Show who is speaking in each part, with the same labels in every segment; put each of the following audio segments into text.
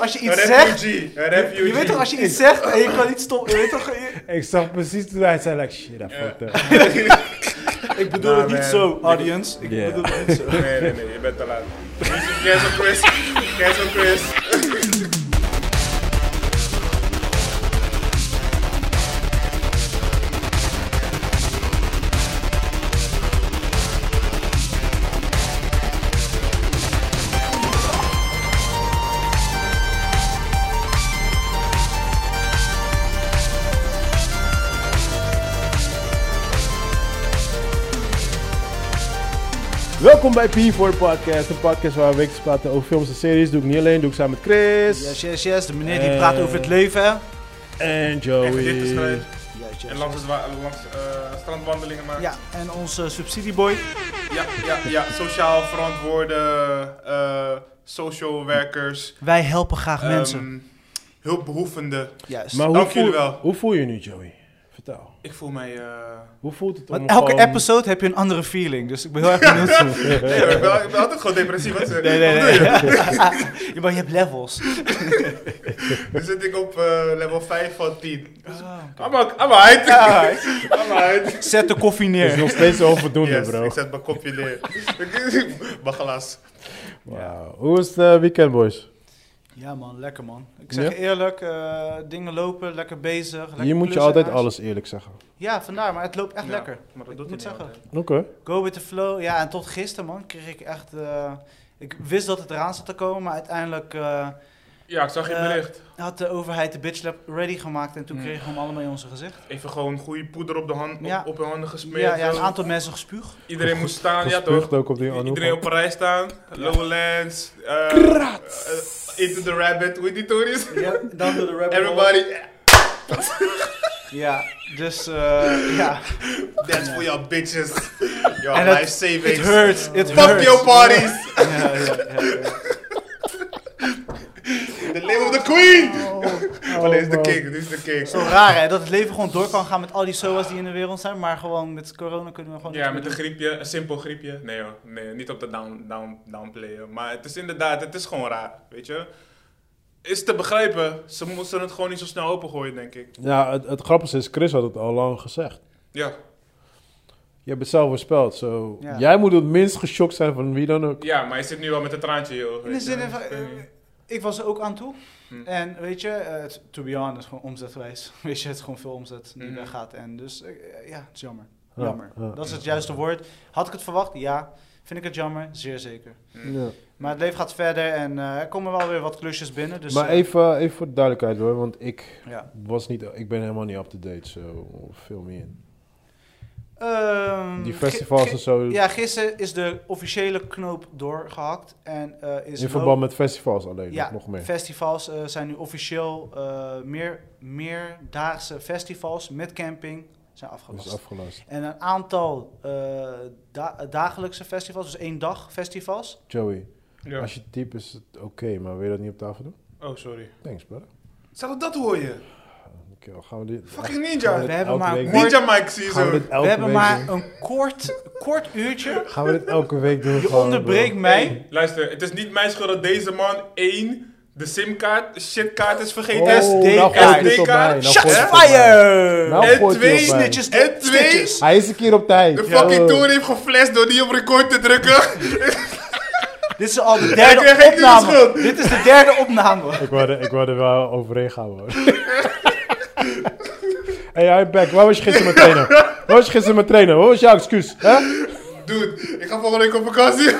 Speaker 1: als je iets zegt...
Speaker 2: Een refugee.
Speaker 1: Je weet toch als je iets zegt en je kan niet stoppen. Je weet toch...
Speaker 3: Ik zag precies toen hij zei, like, shit, I fucked up.
Speaker 1: Ik bedoel het niet zo, audience. Ik bedoel het niet zo.
Speaker 2: Nee, je bent te laat. Cancel Chris.
Speaker 3: Welkom bij P4 Podcast, een podcast waar we wekelijks praten over films en series. Doe ik niet alleen, doe ik samen met Chris.
Speaker 1: Yes. De meneer die praat over het leven, hè?
Speaker 3: En Joey.
Speaker 2: En gedichten schrijven.
Speaker 1: Yes.
Speaker 2: En langs strandwandelingen maken.
Speaker 1: Ja, en onze subsidieboy.
Speaker 2: Ja. Sociaal verantwoorde social werkers.
Speaker 1: Wij helpen graag mensen.
Speaker 2: Hulpbehoevenden.
Speaker 1: Juist.
Speaker 3: Maar
Speaker 2: Dank jullie wel.
Speaker 3: hoe voel je je nu, Joey? Vertel.
Speaker 2: Ik voel mij...
Speaker 3: Hoe voelt het om
Speaker 1: Want elke
Speaker 3: gewoon...
Speaker 1: episode heb je een andere feeling, dus ik ben heel erg benieuwd.
Speaker 2: Nee, ik ben altijd gewoon depressief. Wat doe je?
Speaker 1: Ja, maar je hebt levels.
Speaker 2: Nu zit ik op level 5 van 10. Dus
Speaker 1: Okay.
Speaker 2: I'm uit.
Speaker 1: Zet de koffie
Speaker 3: Het is
Speaker 1: neer.
Speaker 3: nog steeds onvoldoende,
Speaker 2: Yes,
Speaker 3: bro.
Speaker 2: ik zet mijn kopje neer. Mijn glas.
Speaker 3: Wow. Hoe is het weekend, boys?
Speaker 1: Ja man, lekker man. Ik zeg je eerlijk, dingen lopen, lekker bezig. Lekker
Speaker 3: Hier moet je
Speaker 1: klussen
Speaker 3: altijd
Speaker 1: en huis.
Speaker 3: alles eerlijk zeggen.
Speaker 1: Ja, vandaar, maar het loopt echt
Speaker 2: Ja,
Speaker 1: lekker.
Speaker 2: Maar dat
Speaker 1: Ik
Speaker 2: doet
Speaker 1: moet
Speaker 2: hij niet
Speaker 1: zeggen.
Speaker 2: altijd.
Speaker 3: Oké.
Speaker 1: Go with the flow. Ja, en tot gisteren man, kreeg ik echt... ik wist dat het eraan zat te komen, maar uiteindelijk
Speaker 2: Ja, ik zag je bericht.
Speaker 1: had de overheid de bitch lab ready gemaakt en toen kregen we hem allemaal in onze gezicht.
Speaker 2: Even gewoon goede poeder op de hand,
Speaker 1: Ja.
Speaker 2: op hun handen gesmeerd.
Speaker 1: Ja, een
Speaker 2: zo.
Speaker 1: aantal mensen gespuugd.
Speaker 2: Iedereen moest staan, ja
Speaker 3: Gespuugd
Speaker 2: toch?
Speaker 3: ook op die
Speaker 2: Iedereen op Parijs staan. Lowlands. Into the Rabbit, hoe heet die tories?
Speaker 1: Ja, dan door de rabbit
Speaker 2: Everybody,
Speaker 1: Ja, dus ja.
Speaker 2: that's for your bitches. Your
Speaker 1: En het-
Speaker 2: life savings.
Speaker 1: It hurts, it
Speaker 2: Fuck
Speaker 1: hurts.
Speaker 2: your parties.
Speaker 1: Ja.
Speaker 2: The name of the queen. Maar dit is de
Speaker 3: man.
Speaker 2: king, dit is de king.
Speaker 1: Zo raar hè, dat het leven gewoon door kan gaan met al die SOA's die in de wereld zijn, maar gewoon met corona kunnen we gewoon
Speaker 2: Ja,
Speaker 1: niks
Speaker 2: met een
Speaker 1: meer doen.
Speaker 2: griepje, een simpel griepje. Nee hoor, nee, niet op de downplayen. Maar het is inderdaad, het is gewoon raar, weet je. Is te begrijpen, ze moesten het gewoon niet zo snel opengooien, denk ik.
Speaker 3: Ja, het grappige is, Chris had het al lang gezegd.
Speaker 2: Ja,
Speaker 3: Je hebt het zelf voorspeld, zo.
Speaker 1: Ja.
Speaker 3: Jij moet het minst geschokt zijn van wie dan ook.
Speaker 2: ja, maar je zit nu wel met een traantje in je ogen.
Speaker 1: In de
Speaker 2: weet je.
Speaker 1: zin van,
Speaker 2: Ik weet niet.
Speaker 1: ik was er ook aan toe. En weet je, to be honest, gewoon omzetwijs. Weet je, het is gewoon veel omzet die weggaat. En dus, ja, het is jammer.
Speaker 3: Ja,
Speaker 1: Jammer.
Speaker 3: ja,
Speaker 1: Dat is het juiste woord. Had ik het verwacht? Ja. Vind ik het jammer? Zeer zeker.
Speaker 3: Ja.
Speaker 1: Maar het leven gaat verder en er komen wel weer wat klusjes binnen. Dus,
Speaker 3: Maar even voor de duidelijkheid hoor, want ik
Speaker 1: Ja.
Speaker 3: ben helemaal niet up-to-date, zo. Vul me in. Die
Speaker 1: Gi-
Speaker 3: festivals
Speaker 1: gi-
Speaker 3: en zo,
Speaker 1: Ja, gisteren is de officiële knoop doorgehakt. En, is
Speaker 3: in verband met festivals alleen,
Speaker 1: Ja,
Speaker 3: of nog meer.
Speaker 1: festivals zijn nu officieel meerdaagse festivals met camping zijn
Speaker 3: Dat
Speaker 1: afgelast.
Speaker 3: is afgelast.
Speaker 1: En een aantal dagelijkse festivals, dus 1 dag festivals.
Speaker 3: Joey,
Speaker 2: Ja.
Speaker 3: als je type is het oké, maar wil je dat niet op tafel doen?
Speaker 2: Oh, sorry.
Speaker 3: Thanks, brother.
Speaker 2: Zou dat hoor je?
Speaker 3: Oké, gaan we dit...
Speaker 2: Fucking
Speaker 3: gaan
Speaker 2: ninja.
Speaker 3: we dit
Speaker 1: We hebben
Speaker 3: elke
Speaker 1: maar
Speaker 3: week
Speaker 1: een
Speaker 3: doen?
Speaker 1: kort-
Speaker 2: Ninja Mike, zie je
Speaker 3: Gaan we
Speaker 2: zo.
Speaker 3: dit elke
Speaker 1: We hebben
Speaker 3: week
Speaker 1: maar
Speaker 3: doen?
Speaker 1: een kort uurtje.
Speaker 3: Gaan we dit elke week doen?
Speaker 1: Je
Speaker 3: gewoon,
Speaker 1: onderbreekt
Speaker 3: bro?
Speaker 1: mij.
Speaker 2: Luister, het is niet mijn schuld dat deze man de simkaart, shitkaart is vergeten.
Speaker 3: Oh, nou
Speaker 1: SD-kaart.
Speaker 3: gooit hij het op mij. Nou
Speaker 1: Shots
Speaker 3: gooit hij het op mij.
Speaker 1: fire!
Speaker 3: Nou
Speaker 2: En
Speaker 3: gooit hij het
Speaker 2: twee
Speaker 3: op mij.
Speaker 1: Snitches,
Speaker 2: En twee-
Speaker 1: snitches.
Speaker 3: Hij is een keer op tijd.
Speaker 2: De fucking tour heeft geflasht door die op record te drukken.
Speaker 1: Dit is al de
Speaker 2: Hij
Speaker 1: derde
Speaker 2: krijgt geen
Speaker 1: opname.
Speaker 2: schuld.
Speaker 1: Dit is de derde opname.
Speaker 3: Ik wou er wel overheen gaan, hoor. Hey, I'm back. Waar was je gisteren met trainen? Waar was je gisteren met trainen? Wat was jouw excuus? Hè?
Speaker 2: Dude, ik ga volgende week op vakantie.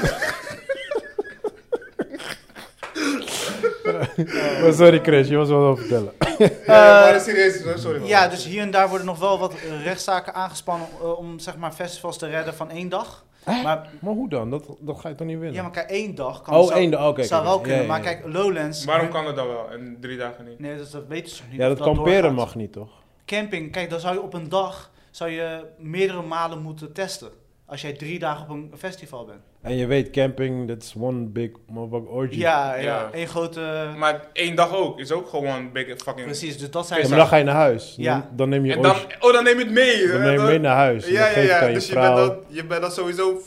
Speaker 3: Oh, sorry Chris, je was wel aan het vertellen.
Speaker 2: Maar serieus, sorry man.
Speaker 1: Ja, dus hier en daar worden nog wel wat rechtszaken aangespannen om zeg maar festivals te redden van 1 dag. Maar,
Speaker 3: Maar hoe dan? Dat ga je toch niet winnen?
Speaker 1: ja, maar kijk, 1 dag kan
Speaker 3: Oh,
Speaker 1: zou,
Speaker 3: 1 dag, oké.
Speaker 1: zou wel
Speaker 3: Ja,
Speaker 1: kunnen.
Speaker 3: ja,
Speaker 1: Maar
Speaker 3: ja.
Speaker 1: kijk, Lowlands...
Speaker 2: Waarom kan het dan wel en 3 dagen niet?
Speaker 1: Nee, dat weten ze niet.
Speaker 3: Ja,
Speaker 1: of
Speaker 3: dat kamperen
Speaker 1: doorgaat.
Speaker 3: mag niet, toch?
Speaker 1: Camping, kijk, dan zou je op een dag meerdere malen moeten testen. Als jij 3 dagen op een festival bent.
Speaker 3: En je weet, camping, that's one big motherfucking orgy.
Speaker 1: Ja, één grote...
Speaker 2: Maar 1 dag ook, is ook gewoon big fucking...
Speaker 1: Precies, dus dat zijn...
Speaker 3: Ja, maar dan ga je naar huis.
Speaker 1: Ja.
Speaker 3: Dan neem je
Speaker 2: En dan, dan neem je het mee.
Speaker 3: Dan neem je mee naar huis.
Speaker 2: Ja,
Speaker 3: je
Speaker 2: dus
Speaker 3: vrouw.
Speaker 2: je bent dan sowieso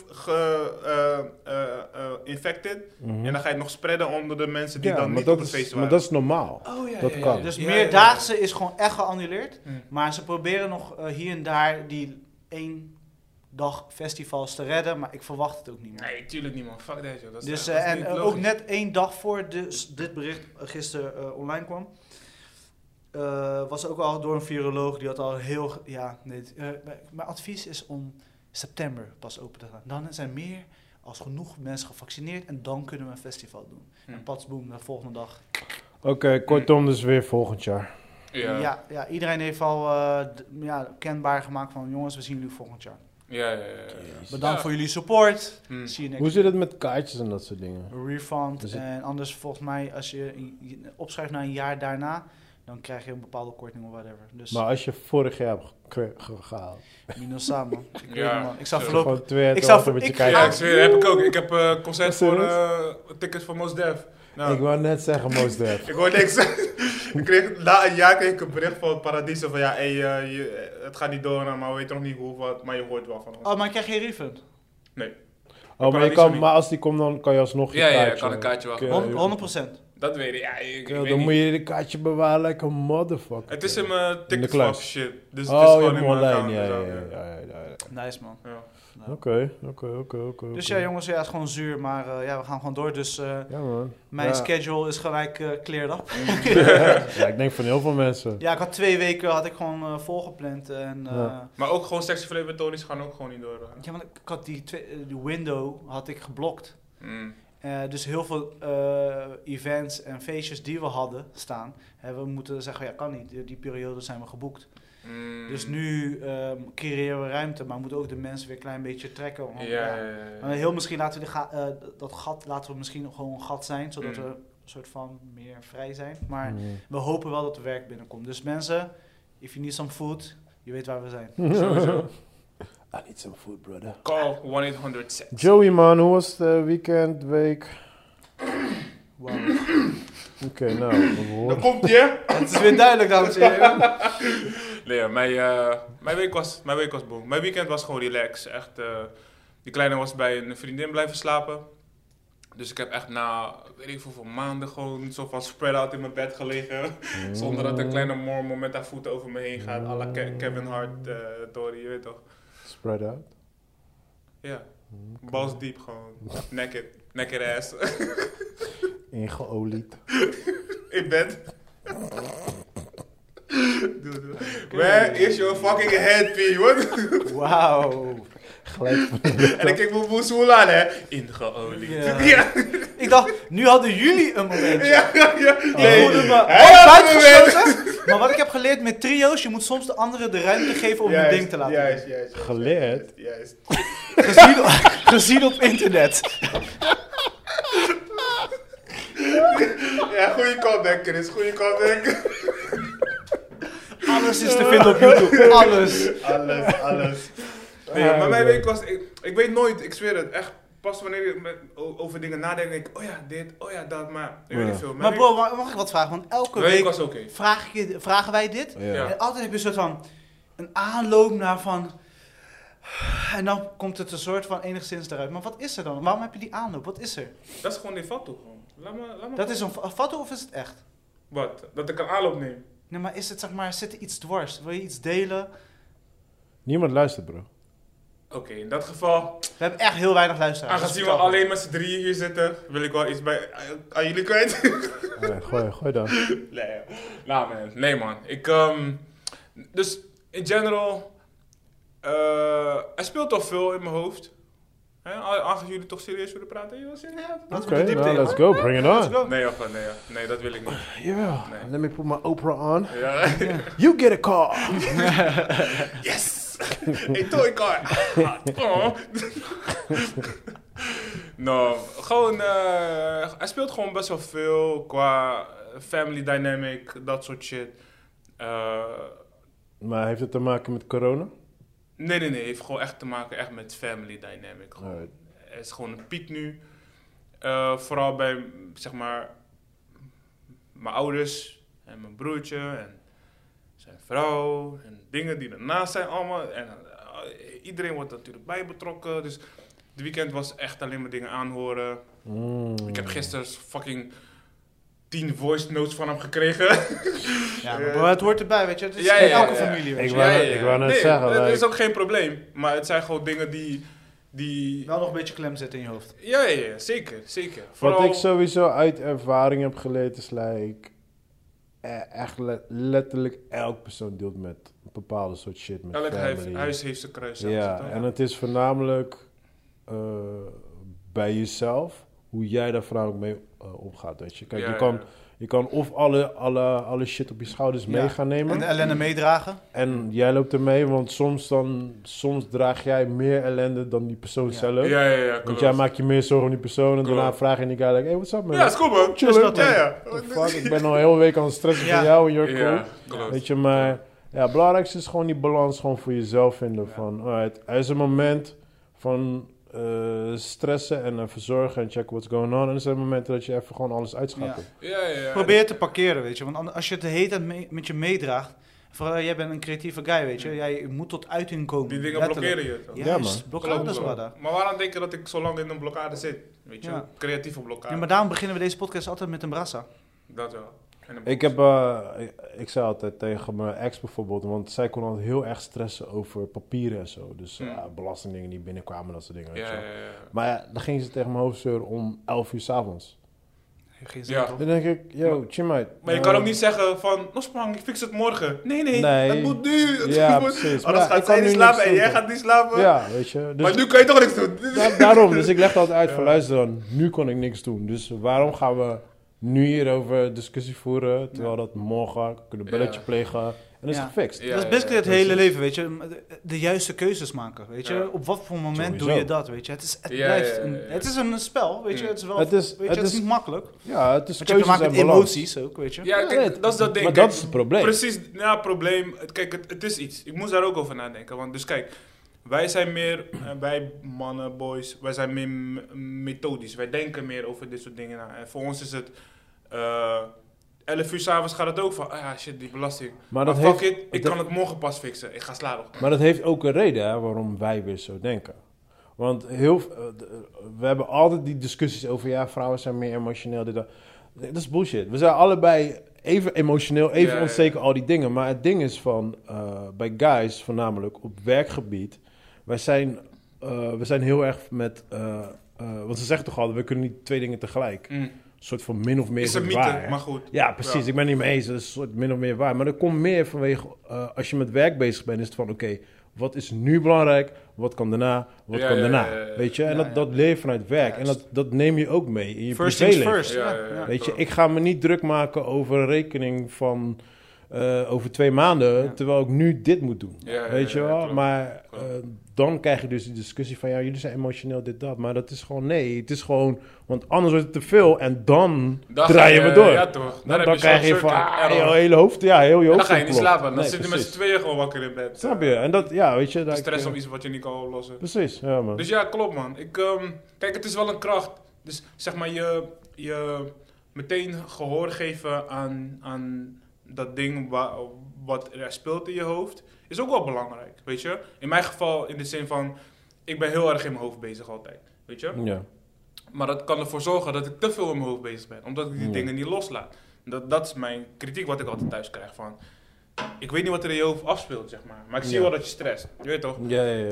Speaker 2: infected.
Speaker 3: Mhm.
Speaker 2: En dan ga je het nog spreiden onder de mensen die dan
Speaker 3: maar
Speaker 2: niet op het feest waren.
Speaker 3: Maar dat is normaal.
Speaker 2: Oh ja,
Speaker 3: dat kan.
Speaker 1: Dus
Speaker 2: Ja,
Speaker 1: meerdaagse is gewoon echt geannuleerd.
Speaker 2: Hmm.
Speaker 1: Maar ze proberen nog hier en daar die 1 dag festivals te redden. Maar ik verwacht het ook niet meer.
Speaker 2: Nee, tuurlijk niet man. Fuck that joh. Dat is
Speaker 1: Dus,
Speaker 2: dat is
Speaker 1: en
Speaker 2: niet
Speaker 1: ook
Speaker 2: logisch.
Speaker 1: net 1 dag voor dit bericht gisteren online kwam, was ook al door een viroloog, die had al heel... mijn advies is om september pas open te gaan. Dan zijn meer als genoeg mensen gevaccineerd en dan kunnen we een festival doen. En patsboom, de volgende dag.
Speaker 3: Oké, kortom dus weer volgend jaar.
Speaker 2: Ja.
Speaker 1: Iedereen heeft al kenbaar gemaakt van jongens, we zien jullie volgend jaar.
Speaker 2: Ja.
Speaker 1: Bedankt voor jullie support.
Speaker 2: Hmm.
Speaker 1: Zie je next
Speaker 3: Hoe zit het met kaartjes en dat soort dingen?
Speaker 1: refund.
Speaker 3: Dus het-
Speaker 1: En anders volgens mij, als je opschrijft naar een jaar daarna, dan krijg je een bepaalde korting of whatever. Dus
Speaker 3: Maar als je vorig jaar hebt gehaald.
Speaker 1: minus samen. Ik weet
Speaker 2: Ja,
Speaker 1: niet, man. Ik zou
Speaker 2: zo.
Speaker 1: voorlopig...
Speaker 3: Gewoon 2
Speaker 1: Ik zou-
Speaker 3: met je
Speaker 1: ik-
Speaker 3: kaartje.
Speaker 2: Ja, ik zweer, heb ik ook. Ik heb concert
Speaker 3: Wat
Speaker 2: voor
Speaker 3: serieus?
Speaker 2: tickets voor Mos Def. Nou,
Speaker 3: Ik wou net zeggen, Mos Def.
Speaker 2: ik hoor niks. Na een jaar kreeg ik een bericht van Paradiso van ja, het gaat niet door, maar we weten nog niet hoe of wat, maar je hoort wel van ons.
Speaker 1: Oh, maar ik krijg geen refund.
Speaker 2: Nee,
Speaker 3: Oh, maar,
Speaker 2: Paradiso niet.
Speaker 3: maar als die komt, dan kan je alsnog je
Speaker 2: Ja,
Speaker 3: kaartje...
Speaker 2: kan een kaartje wachten.
Speaker 3: Oké,
Speaker 1: 100%.
Speaker 2: dat weet ik. Ja, ik
Speaker 3: Ja,
Speaker 2: weet
Speaker 3: dan
Speaker 2: niet.
Speaker 3: moet je de kaartje bewaren like een motherfucker.
Speaker 2: Het is in mijn
Speaker 3: de
Speaker 2: ticketflux
Speaker 3: kluis.
Speaker 2: shit. Dus
Speaker 3: Oh,
Speaker 2: het is
Speaker 3: je
Speaker 2: gewoon
Speaker 3: hebt
Speaker 2: in
Speaker 3: hem
Speaker 2: mijn
Speaker 3: online.
Speaker 2: account.
Speaker 3: Ja.
Speaker 2: dus
Speaker 1: Nice, man.
Speaker 2: ja.
Speaker 3: Oké.
Speaker 1: Dus ja, jongens, ja, het is gewoon zuur, maar we gaan gewoon door. Dus
Speaker 3: Ja, man.
Speaker 1: mijn
Speaker 3: Ja.
Speaker 1: schedule is gelijk cleared up.
Speaker 3: Ja, ik denk van heel veel mensen.
Speaker 1: Ja, ik had 2 weken had ik gewoon volgepland. En,
Speaker 3: Ja.
Speaker 2: Maar ook gewoon Sexy Flavor Tories gaan ook gewoon niet door.
Speaker 1: ja, want ik had die window had ik geblokt. Dus heel veel events en feestjes die we hadden staan, hebben we moeten zeggen, ja, kan niet. Die periode zijn we geboekt. Dus nu creëren we ruimte, maar we moeten ook de mensen weer een klein beetje trekken. Want, maar heel misschien laten we dat gat laten we misschien gewoon een gat zijn, zodat we een soort van meer vrij zijn. Maar we hopen wel dat er werk binnenkomt. Dus mensen, if you need some food, je weet waar we zijn.
Speaker 2: Sowieso.
Speaker 3: I need some food, brother.
Speaker 2: Call 1-800-SEX.
Speaker 3: Joey, man, hoe was het weekend, week?
Speaker 1: Wow.
Speaker 3: Oké, nou, we horen.
Speaker 2: Dan komt ie.
Speaker 1: Het is weer duidelijk, dames en heren.
Speaker 2: Nee, mijn week was boom. Mijn weekend was gewoon relax. Echt, die kleine was bij een vriendin blijven slapen. Dus ik heb echt na, weet ik hoeveel maanden gewoon zo van spread out in mijn bed gelegen. Zonder dat een kleine mormel met haar voeten over me heen gaat. À la Kevin Hart, Tory, je weet toch?
Speaker 3: Spread out.
Speaker 2: Ja, balls diep gewoon. Naked ass.
Speaker 3: Ingeolied.
Speaker 2: In bed. Doe. Where is your fucking head, P? What?
Speaker 1: Wauw.
Speaker 3: Gelijk.
Speaker 2: En ik keek mijn boezoel aan, hè. Ingeolied.
Speaker 1: Ja.
Speaker 2: Ja.
Speaker 1: Ik dacht, nu hadden jullie een momentje.
Speaker 2: Ja.
Speaker 1: Ik voelde me
Speaker 2: Hij had
Speaker 1: buitengesloten. Maar wat ik heb geleerd met trio's, je moet soms de anderen de ruimte geven om hun ding te laten doen.
Speaker 2: Juist.
Speaker 3: Geleerd?
Speaker 2: Juist.
Speaker 1: Gezien op internet.
Speaker 2: Ja, goede comeback, Chris. Goede comeback.
Speaker 1: Alles is te vinden op YouTube.
Speaker 2: Alles. Nee, maar mijn week was... Ik weet nooit, ik zweer het, echt... Pas wanneer ik over dingen nadenk, denk ik... Oh ja, dit, oh ja, dat, maar... Ik weet niet veel.
Speaker 1: Maar bro, mag ik wat vragen? Want elke
Speaker 2: Mijn week
Speaker 1: week
Speaker 2: was oké.
Speaker 1: vragen wij dit.
Speaker 3: Ja.
Speaker 1: En altijd heb je een soort van... Een aanloop naar van... En dan komt het een soort van enigszins eruit. Maar wat is er dan? Waarom heb je die aanloop? Wat is er?
Speaker 2: Dat is gewoon de foto gewoon. Laat me
Speaker 1: Dat is een foto of is het echt?
Speaker 2: Wat? Dat ik een aanloop neem?
Speaker 1: Nee, maar is het zeg maar... Zit er iets dwars? Wil je iets delen?
Speaker 3: Niemand luistert, bro.
Speaker 2: Oké, in dat geval...
Speaker 1: We hebben echt heel weinig luisteraars.
Speaker 2: Aangezien we alleen met z'n drieën hier zitten... Wil ik wel iets aan jullie kwijt.
Speaker 3: Ja, gooi dan.
Speaker 2: Nee, nou man. Nee man. Dus in general... er speelt toch veel in mijn hoofd. Aangezien jullie toch serieus willen praten. Joh, serieus?
Speaker 3: Oké, nou, let's go. Bring it on.
Speaker 2: Nee, nee, dat wil ik niet.
Speaker 3: Jawel.
Speaker 2: Nee.
Speaker 3: Let me put my Oprah on.
Speaker 2: Ja.
Speaker 3: You get a call.
Speaker 2: Yes! Een toy car! Oh. No, gewoon... hij speelt gewoon best wel veel qua family dynamic, dat soort shit.
Speaker 3: Maar heeft het te maken met corona?
Speaker 2: Nee. Heeft gewoon echt te maken echt met family dynamic. Gewoon.
Speaker 3: Alright.
Speaker 2: hij is gewoon een piek nu. Vooral bij, zeg maar, mijn ouders en mijn broertje en zijn vrouw en dingen die ernaast zijn allemaal. En iedereen wordt natuurlijk bij betrokken. Dus het weekend was echt alleen maar dingen aanhoren. Ik heb gisteren fucking 10 voice notes van hem gekregen.
Speaker 1: Ja, maar het hoort erbij, weet je. Het is elke familie, weet je.
Speaker 3: Ik wou net zeggen.
Speaker 2: Dat is ook geen probleem. Maar het zijn gewoon dingen die...
Speaker 1: Wel nog een beetje klem zetten in je hoofd.
Speaker 2: Ja, zeker. Vooral...
Speaker 3: Wat ik sowieso uit ervaring heb geleerd is echt letterlijk elk persoon deelt met een bepaalde soort shit. Met
Speaker 2: elk
Speaker 3: family.
Speaker 2: huis heeft zijn kruis.
Speaker 3: Ja, en het is voornamelijk bij jezelf hoe jij daar voornamelijk mee omgaat. Weet je. Kijk, je kan of alle shit op je schouders mee gaan nemen.
Speaker 1: En de ellende meedragen.
Speaker 3: En jij loopt ermee, want soms draag jij meer ellende dan die persoon zelf.
Speaker 2: Ja,
Speaker 3: want jij maakt je meer zorgen om die persoon en daarna vraag je die guy, hey, what's up man?
Speaker 2: Ja, is cool man.
Speaker 3: Chillen.
Speaker 2: Ja.
Speaker 3: Fuck, ik ben al een hele week aan het stressen voor jou en you're cool. Weet je, maar het belangrijkste is gewoon die balans gewoon voor jezelf vinden. Van, alright, er is een moment van stressen en verzorgen en checken what's going on. En er zijn momenten dat je even gewoon alles uitschakelt.
Speaker 2: Ja.
Speaker 1: Probeer te parkeren, weet je. Want als je het de hele tijd met je meedraagt, vooral jij bent een creatieve guy, weet je. Jij moet tot uiting komen.
Speaker 2: Die dingen blokkeren je toch?
Speaker 1: Ja man. Blokkades,
Speaker 2: maar waarom denk je dat ik zo lang in een blokkade zit? Weet je, creatieve blokkade.
Speaker 1: Ja, maar daarom beginnen we deze podcast altijd met een brassa.
Speaker 2: Dat wel.
Speaker 3: Ik zei altijd tegen mijn ex bijvoorbeeld, want zij kon altijd heel erg stressen over papieren en zo. Dus belastingdingen die binnenkwamen, dat soort dingen. Weet je. Maar dan ging ze tegen mijn hoofd zeuren om 11 uur 's avonds. Dan denk ik, chimay.
Speaker 2: Maar je kan ook niet zeggen van, Nospang, ik fix het morgen. Nee, dat moet nu.
Speaker 3: Precies.
Speaker 2: Anders gaat zij niet slapen en jij gaat niet slapen.
Speaker 3: Ja, weet je. Dus,
Speaker 2: maar nu kan je toch niks doen.
Speaker 3: Daarom, dus ik leg altijd uit van, luister dan, nu kon ik niks doen. Dus waarom gaan we nu hierover discussie voeren, terwijl dat morgen kunnen belletje plegen en is gefixt.
Speaker 1: Dat is basically het hele leven, weet je. De juiste keuzes maken, weet je. Op wat voor moment doe je dat, weet je. Het is een spel, weet je. Het is wel, het is niet makkelijk.
Speaker 3: Ja, het is
Speaker 1: keuzes en balans. Emoties ook, weet je.
Speaker 2: Ja, kijk, dat is dat ding.
Speaker 3: Maar dat is het probleem.
Speaker 2: Precies, probleem. Kijk, het is iets. Ik moest daar ook over nadenken, want dus kijk, wij zijn meer, wij mannen, boys, wij zijn meer methodisch. Wij denken meer over dit soort dingen na. En voor ons is het 11 uur 's avonds gaat het ook van, shit, die belasting. Maar fuck it, ik kan het morgen pas fixen. Ik ga slapen.
Speaker 3: Maar dat heeft ook een reden waarom wij weer zo denken. Want we hebben altijd die discussies over, vrouwen zijn meer emotioneel. Dat is bullshit. We zijn allebei even emotioneel, even onzeker, al die dingen. Maar het ding is van, bij guys voornamelijk, op werkgebied, we zijn heel erg met, want ze zeggen toch altijd, we kunnen niet 2 dingen tegelijk. Een soort van min of meer
Speaker 2: is een mythe,
Speaker 3: waar.
Speaker 2: maar goed.
Speaker 3: Ja, precies. Ik ben niet mee eens. Dat is een soort min of meer waar. Maar er komt meer vanwege, als je met werk bezig bent, is het van, oké, wat is nu belangrijk? Wat kan daarna? Wat kan daarna? Weet je? En dat leer je vanuit werk. En dat neem je ook mee in je privéleven.
Speaker 1: First.
Speaker 3: Weet je, ik ga me niet druk maken over een rekening van over 2 maanden, terwijl ik nu dit moet doen. Weet je wel? Maar dan krijg je dus die discussie van, jullie zijn emotioneel dit, dat. Maar dat is gewoon, nee, het is gewoon, want anders wordt het te veel en dan draaien we door.
Speaker 2: Ja, toch.
Speaker 3: Dan krijg je van, je hele hoofd, heel je hoofd.
Speaker 2: Dan ga je niet slapen. Dan zitten je met z'n tweeën gewoon wakker in bed.
Speaker 3: Snap je? En dat, weet je.
Speaker 2: De stress om iets wat je niet kan oplossen.
Speaker 3: Precies, ja man.
Speaker 2: Dus ja, klopt man. Kijk, het is wel een kracht. Dus zeg maar, je meteen gehoor geven aan dat ding wat er speelt in je hoofd, is ook wel belangrijk, weet je. In mijn geval, in de zin van, ik ben heel erg in mijn hoofd bezig altijd, weet je.
Speaker 3: Ja.
Speaker 2: Maar dat kan ervoor zorgen dat ik te veel in mijn hoofd bezig ben, omdat ik die dingen niet loslaat. Dat is mijn kritiek wat ik altijd thuis krijg van, ik weet niet wat er in je hoofd afspeelt, zeg maar. Ik zie wel dat je stresst, je weet toch?
Speaker 3: Ja.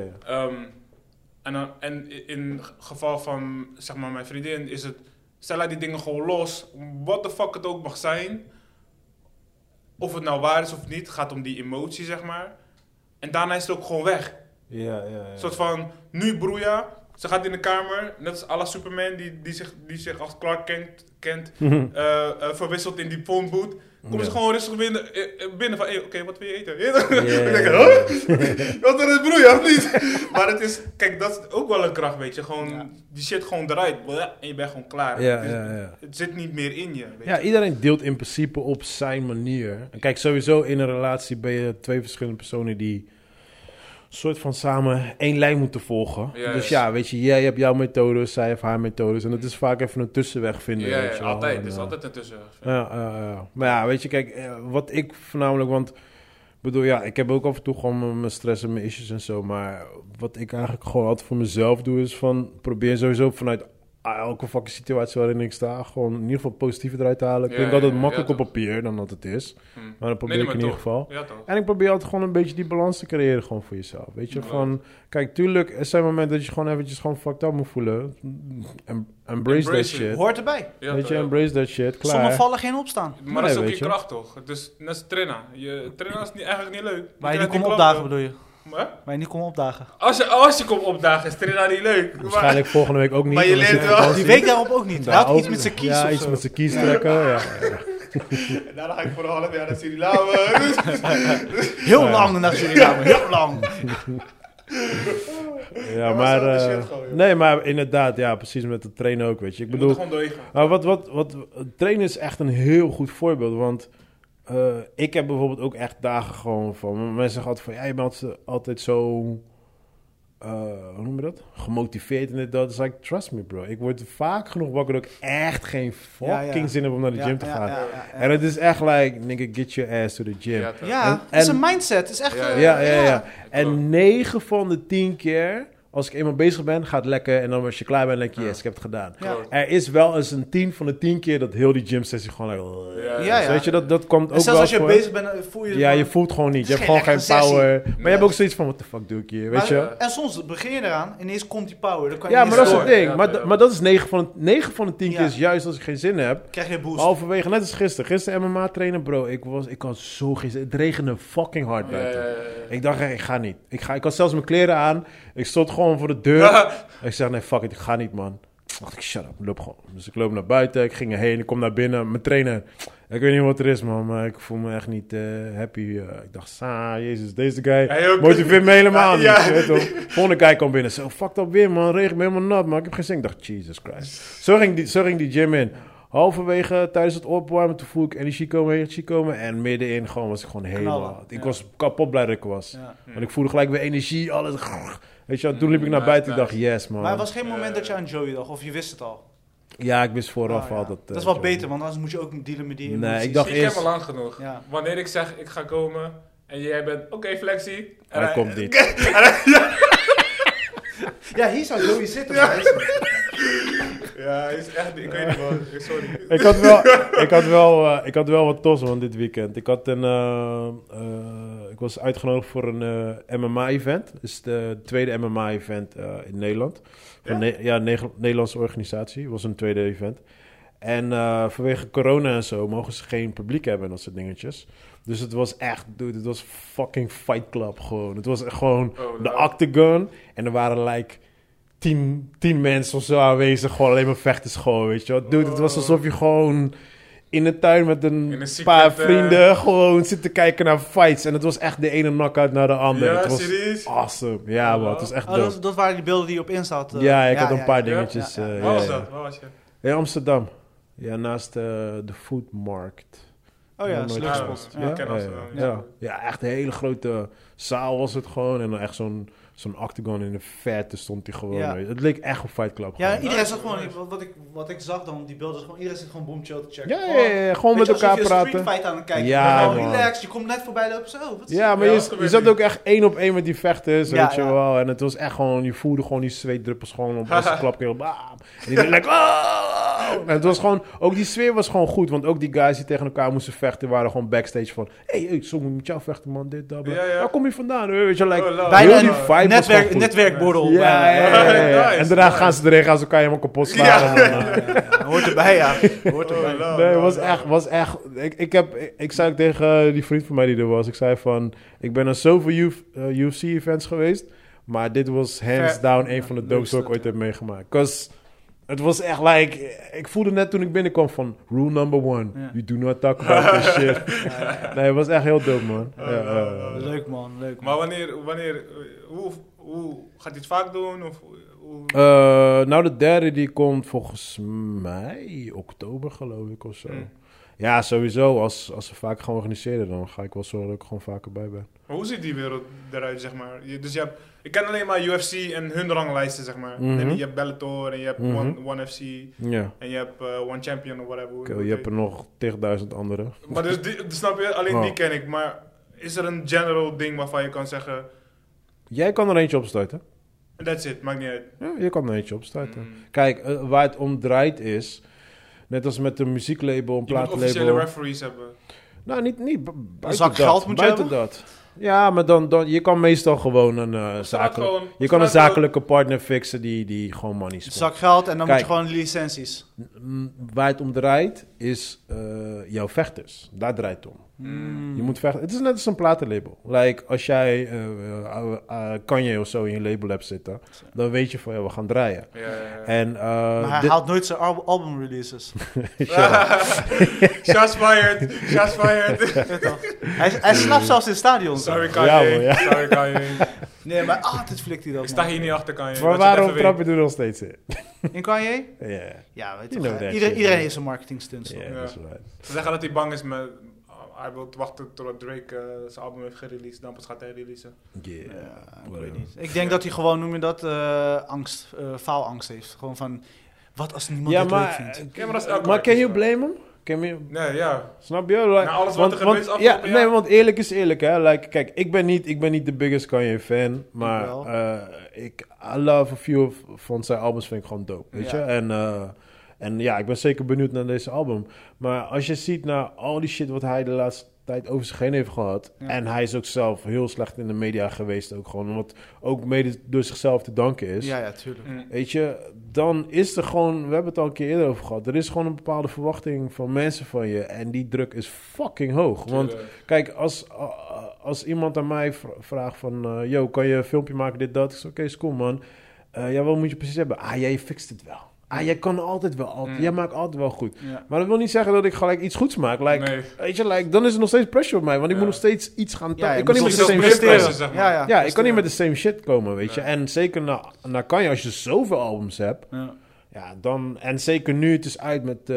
Speaker 2: En in geval van, zeg maar, mijn vriendin is het, zij laat die dingen gewoon los, wat de fuck het ook mag zijn. Of het nou waar is of niet, het gaat om die emotie, zeg maar. En daarna is het ook gewoon weg.
Speaker 3: Ja.
Speaker 2: Een soort van, nu broeia, ze gaat in de kamer, net als à la Superman, die zich als Clark kent verwisselt in die phone booth. Komen ze gewoon rustig binnen van, oké, wat wil je eten? Ik denk, wat er is broeia, of niet? Maar het is, kijk, dat is ook wel een kracht, weet je. Gewoon, die shit gewoon eruit en je bent gewoon klaar.
Speaker 3: Ja.
Speaker 2: Het zit niet meer in je, weet
Speaker 3: je. Iedereen deelt in principe op zijn manier. En kijk, sowieso in een relatie ben je 2 verschillende personen die soort van samen één lijn moeten volgen.
Speaker 2: Yes.
Speaker 3: Dus ja, weet je, jij hebt jouw methodes, zij heeft haar methodes. En het is vaak even een tussenweg vinden.
Speaker 2: Ja,
Speaker 3: weet je wel.
Speaker 2: altijd.
Speaker 3: En,
Speaker 2: Het is altijd een tussenweg.
Speaker 3: Ja. Maar ja, weet je, kijk, wat ik voornamelijk, want ik bedoel, ja, ik heb ook af en toe gewoon mijn stress en mijn issues en zo. Maar wat ik eigenlijk gewoon altijd voor mezelf doe, is van probeer sowieso vanuit elke fucking situatie waarin ik sta, gewoon in ieder geval positieve eruit te halen. Ik denk dat het makkelijk op papier dan dat het is. Maar dan probeer ik in ieder geval.
Speaker 2: Ja, toch.
Speaker 3: En ik probeer altijd gewoon een beetje die balans te creëren gewoon voor jezelf. Weet je, van... Kijk, tuurlijk, er zijn momenten dat je gewoon eventjes gewoon fucked up moet voelen. Embrace that shit.
Speaker 1: Hoort erbij.
Speaker 3: Ja, weet je, embrace that shit. Klaar.
Speaker 1: Sommigen vallen geen opstaan.
Speaker 2: Maar dat is ook je kracht, toch? Dus net als trainen. Je trainen is eigenlijk niet leuk.
Speaker 1: Waar je niet komt opdagen, bedoel je?
Speaker 2: Maar?
Speaker 1: Maar je niet komt opdagen.
Speaker 2: Als je komt opdagen, is trainen niet leuk.
Speaker 3: Waarschijnlijk volgende week ook niet.
Speaker 2: Maar je leert wel.
Speaker 1: Die week daarop ook niet. Hij had iets met zijn kies
Speaker 3: Ja, iets met zijn kies trekken. Ja.
Speaker 2: Daarna ga ik voor een half jaar naar Suriname.
Speaker 1: Heel lang naar Suriname, heel lang.
Speaker 3: Ja, maar... nee, maar inderdaad, ja, precies met het trainen ook, weet je. Ik bedoel...
Speaker 2: gewoon doorgaan.
Speaker 3: Wat trainen is echt een heel goed voorbeeld, want... ik heb bijvoorbeeld ook echt dagen gewoon van... Mensen zeggen altijd van... Ja, je bent altijd zo... hoe noem je dat? Gemotiveerd en dit, dat. Dus like, trust me, bro. Ik word vaak genoeg wakker dat ik echt geen fucking zin heb om naar de gym te gaan. En het is echt like... Nigga, get your ass to the gym.
Speaker 1: Ja, het is een mindset. Het is echt...
Speaker 3: Ja. En 9 van de 10 keer... Als ik eenmaal bezig ben, gaat het lekker. En dan als je klaar bent, denk je, yes, ik heb het gedaan.
Speaker 1: Ja.
Speaker 3: Er is wel eens een 10 van de 10 keer dat heel die gym-sessie gewoon... Dus weet je, dat komt ook
Speaker 1: zelfs
Speaker 3: wel
Speaker 1: als je
Speaker 3: voor.
Speaker 1: bezig bent, voel je...
Speaker 3: Ja, je voelt gewoon niet. Je hebt gewoon geen power. Maar je hebt ook zoiets van, what the fuck doe ik hier, weet je?
Speaker 1: En soms begin je eraan, ineens komt die power. Dan kan
Speaker 3: Ja,
Speaker 1: je
Speaker 3: maar dat is het ding.
Speaker 2: Ja,
Speaker 3: maar dat is 9 van de 10 keer is juist als ik geen zin heb.
Speaker 1: Krijg je boost.
Speaker 3: Halverwege, net als gisteren. Gisteren MMA trainen, bro. Ik had zo geen zin. Het regende fucking hard buiten. Ik dacht, ik ga niet. Ik had zelfs mijn kleren aan. Ik stond gewoon voor de deur. Ik zeg, nee, fuck it, ik ga niet, man. Dacht ik, shut up, loop gewoon. Dus ik loop naar buiten, ik ging erheen, ik kom naar binnen. Mijn trainer, ik weet niet wat er is, man, maar ik voel me echt niet happy. Ik dacht, jezus, deze guy motiveert me helemaal niet. Weet toch? Volgende guy kwam binnen, zo, fuck dat weer, man, regen me helemaal nat, man. Ik heb geen zin. Ik dacht, Jesus Christ. Zo ging die gym in. Halverwege tijdens het opwarmen, toen voel ik energie komen. En middenin was ik gewoon helemaal... Ik was kapot blij dat ik was. Ja. Want ik voelde gelijk weer energie, alles... Weet je, toen liep ik naar buiten en dacht, yes, man.
Speaker 1: Maar er was geen moment dat je aan Joey dacht, of je wist het al?
Speaker 3: Ja, ik wist vooraf al dat...
Speaker 1: dat is wel beter, want anders moet je ook dealen met die emoties.
Speaker 3: Nee, ik dacht
Speaker 2: eerst... Ik heb al lang genoeg.
Speaker 1: Ja.
Speaker 2: Wanneer ik zeg, ik ga komen, en jij bent, oké, flexie.
Speaker 3: En hij komt niet.
Speaker 1: Ja, hier zou Joey zitten.
Speaker 2: Ja, is echt, ik weet niet man, sorry.
Speaker 3: Ik had wel wat tos van dit weekend. Ik was uitgenodigd voor een MMA-event. Het is de tweede MMA-event in Nederland. Nederlandse organisatie. Het was een tweede event. En vanwege corona en zo mogen ze geen publiek hebben en dat soort dingetjes. Dus het was echt, dude, het was fucking Fight Club gewoon. Het was echt gewoon de octagon. En er waren like 10 mensen of zo aanwezig. Gewoon alleen maar vechters gewoon, weet je wel. Dude, het was alsof je gewoon in de tuin met een paar vrienden gewoon zit te kijken naar fights. En het was echt de ene knockout naar de andere.
Speaker 2: Ja,
Speaker 3: het was
Speaker 2: serieus?
Speaker 3: awesome. Ja, man, het was echt dope.
Speaker 1: Dat waren die beelden die je op Insta had.
Speaker 3: Ja, ik had een paar dingetjes.
Speaker 2: Waar was dat? Waar was je?
Speaker 3: In Amsterdam. Ja, naast de Foodmarkt.
Speaker 1: Oh ja, is leuk gespot.
Speaker 3: Ja, echt een hele grote zaal was het gewoon. En dan echt zo'n octagon in de verte stond hij gewoon.
Speaker 1: Ja.
Speaker 3: Het leek echt een Fight Club.
Speaker 1: Ja, iedereen zat gewoon, wat ik zag dan, die beelden, gewoon, iedereen zit gewoon boom chill te checken.
Speaker 3: Ja, gewoon met elkaar praten.
Speaker 1: Street fight aan het kijken.
Speaker 3: Ja,
Speaker 1: relax, je komt net voorbij lopen, zo.
Speaker 3: Maar je zat ook echt 1 op 1 met die vechters, weet je wel. En het was echt gewoon, je voelde gewoon die zweetdruppels gewoon op als een klapkeel. En iedereen like, En het was gewoon, ook die sfeer was gewoon goed, want ook die guys die tegen elkaar moesten vechten waren gewoon backstage van, hey, zo moet ik met jou vechten, man, dit, dat. Waar kom je vandaan? Weet je,
Speaker 1: bijna die vibe netwerkborrel.
Speaker 3: Ja. En daarna gaan ze erin, gaan ze elkaar helemaal kapot slaan.
Speaker 1: Hoort erbij, ja.
Speaker 3: Nee, het was echt... Ik zei ook tegen die vriend van mij die er was, ik zei van, ik ben naar zoveel UFC-events geweest, maar dit was hands down een van de dopes die ik ooit heb meegemaakt. 'Cause het was echt like... Ik voelde net toen ik binnenkwam van... Rule number 1. Yeah. You do not talk about this shit. Nee, het was echt heel dope, man.
Speaker 1: Leuk, man.
Speaker 2: Maar wanneer... Hoe gaat hij het vaak doen? Of,
Speaker 3: nou, de derde die komt volgens mij oktober, geloof ik, of zo. Ja, sowieso. Als ze vaak gaan organiseren, dan ga ik wel zorgen dat ik gewoon vaker bij ben.
Speaker 2: Maar hoe ziet die wereld eruit, zeg maar? Dus ik ken alleen maar UFC en hun ranglijsten, zeg maar. En je hebt Bellator en je hebt One FC
Speaker 3: Ja.
Speaker 2: en je hebt One Champion of whatever.
Speaker 3: Okay, je hebt er nog 10.000 andere.
Speaker 2: Maar dus, snap je, alleen die ken ik. Maar is er een general ding waarvan je kan zeggen...
Speaker 3: Jij kan er eentje opstarten.
Speaker 2: That's it, maakt niet uit.
Speaker 3: Ja, je kan er eentje opstarten. Kijk, waar het om draait is... Net als met een muzieklabel, een
Speaker 2: Je moet
Speaker 3: platenlabel...
Speaker 2: officiële referees hebben.
Speaker 3: Nou, niet buiten
Speaker 1: zak geld moet je
Speaker 3: buiten
Speaker 1: hebben?
Speaker 3: dat. Ja, maar dan je kan meestal gewoon een zakelijke partner fixen die gewoon money
Speaker 1: Een
Speaker 3: spant.
Speaker 1: zak geld en dan
Speaker 3: Kijk.
Speaker 1: moet je gewoon licenties.
Speaker 3: Waar het om draait is jouw vechters. Daar draait het om. Je moet vechten. Het is net als een platenlabel. Like, als jij Kanye of zo in je label hebt zitten, dan weet je van, ja, we gaan draaien.
Speaker 2: Ja.
Speaker 3: En,
Speaker 1: Maar hij haalt nooit zijn album releases.
Speaker 2: Shots fired. Shots fired.
Speaker 1: Hij slaapt zelfs in stadions.
Speaker 2: Sorry,
Speaker 3: Ja, man,
Speaker 2: Kanye.
Speaker 3: ja.
Speaker 2: Sorry, Kanye.
Speaker 1: Nee, maar altijd flikt hij dat.
Speaker 2: Ik sta
Speaker 1: man.
Speaker 2: hier niet achter, Kanye.
Speaker 3: Maar waarom trap je er nog steeds in?
Speaker 1: In Kanye?
Speaker 3: Ja,
Speaker 1: Ja, weet
Speaker 3: You
Speaker 1: je
Speaker 3: know
Speaker 1: wel.
Speaker 3: that shit,
Speaker 1: Iedereen
Speaker 3: man.
Speaker 1: heeft zijn marketing stunts.
Speaker 3: ja,
Speaker 1: toch?
Speaker 3: dat is waar.
Speaker 2: Ze zeggen dat hij bang is met... hij wil wachten totdat Drake zijn album heeft gereleased. Dan pas gaat hij releasen.
Speaker 3: Yeah.
Speaker 1: Ja, ik
Speaker 3: whatever.
Speaker 1: weet niet. Ik denk dat hij gewoon, noem je dat, angst, faalangst heeft. Gewoon van, wat als niemand
Speaker 3: Ja,
Speaker 1: dit leuk
Speaker 3: maar,
Speaker 1: vindt?
Speaker 2: Ja, maar dat is elke
Speaker 3: maar can you
Speaker 2: artiest,
Speaker 3: blame him?
Speaker 2: Nee, ja.
Speaker 3: Snap je? Like,
Speaker 2: Na alles wat er gebeurd is
Speaker 3: ja,
Speaker 2: afgelopen
Speaker 3: nee,
Speaker 2: jaar.
Speaker 3: want eerlijk is eerlijk, hè. Like, kijk, ik ben niet de biggest Kanye fan, maar
Speaker 1: wel.
Speaker 3: I love a few van zijn albums, vind ik gewoon dope, weet
Speaker 1: Ja.
Speaker 3: je? En ja, ik ben zeker benieuwd naar deze album. Maar als je ziet naar al die shit wat hij de laatste tijd over zich heen heeft gehad,
Speaker 1: Ja.
Speaker 3: en hij is ook zelf heel slecht in de media geweest ook gewoon, wat ook mede door zichzelf te danken is.
Speaker 1: Ja, tuurlijk.
Speaker 3: Weet je, dan is er gewoon... We hebben het al een keer eerder over gehad. Er is gewoon een bepaalde verwachting van mensen van je. En die druk is fucking hoog. Want kijk, als iemand aan mij vraagt van... yo, kan je een filmpje maken, dit, dat? Ik zeg, oké, is cool, man. Ja, wat moet je precies hebben? Jij fixt het wel. Jij kan altijd wel. Jij maakt altijd wel goed.
Speaker 1: Ja.
Speaker 3: Maar dat wil niet zeggen dat ik gelijk iets goeds maak. Like,
Speaker 2: Nee.
Speaker 3: weet je, dan is er nog steeds pressure op mij. Want ik
Speaker 2: Ja.
Speaker 3: moet nog steeds iets gaan...
Speaker 1: Ja,
Speaker 3: ik
Speaker 1: je
Speaker 3: kan niet
Speaker 1: moet
Speaker 3: met de
Speaker 1: zelf
Speaker 3: same shit
Speaker 2: presteren,
Speaker 3: komen.
Speaker 2: zeg maar.
Speaker 3: Ja, ik kan niet met de same shit komen, weet je. En zeker naar Kanye, als je zoveel albums hebt...
Speaker 1: Ja.
Speaker 3: Ja, dan... En zeker nu het is uit met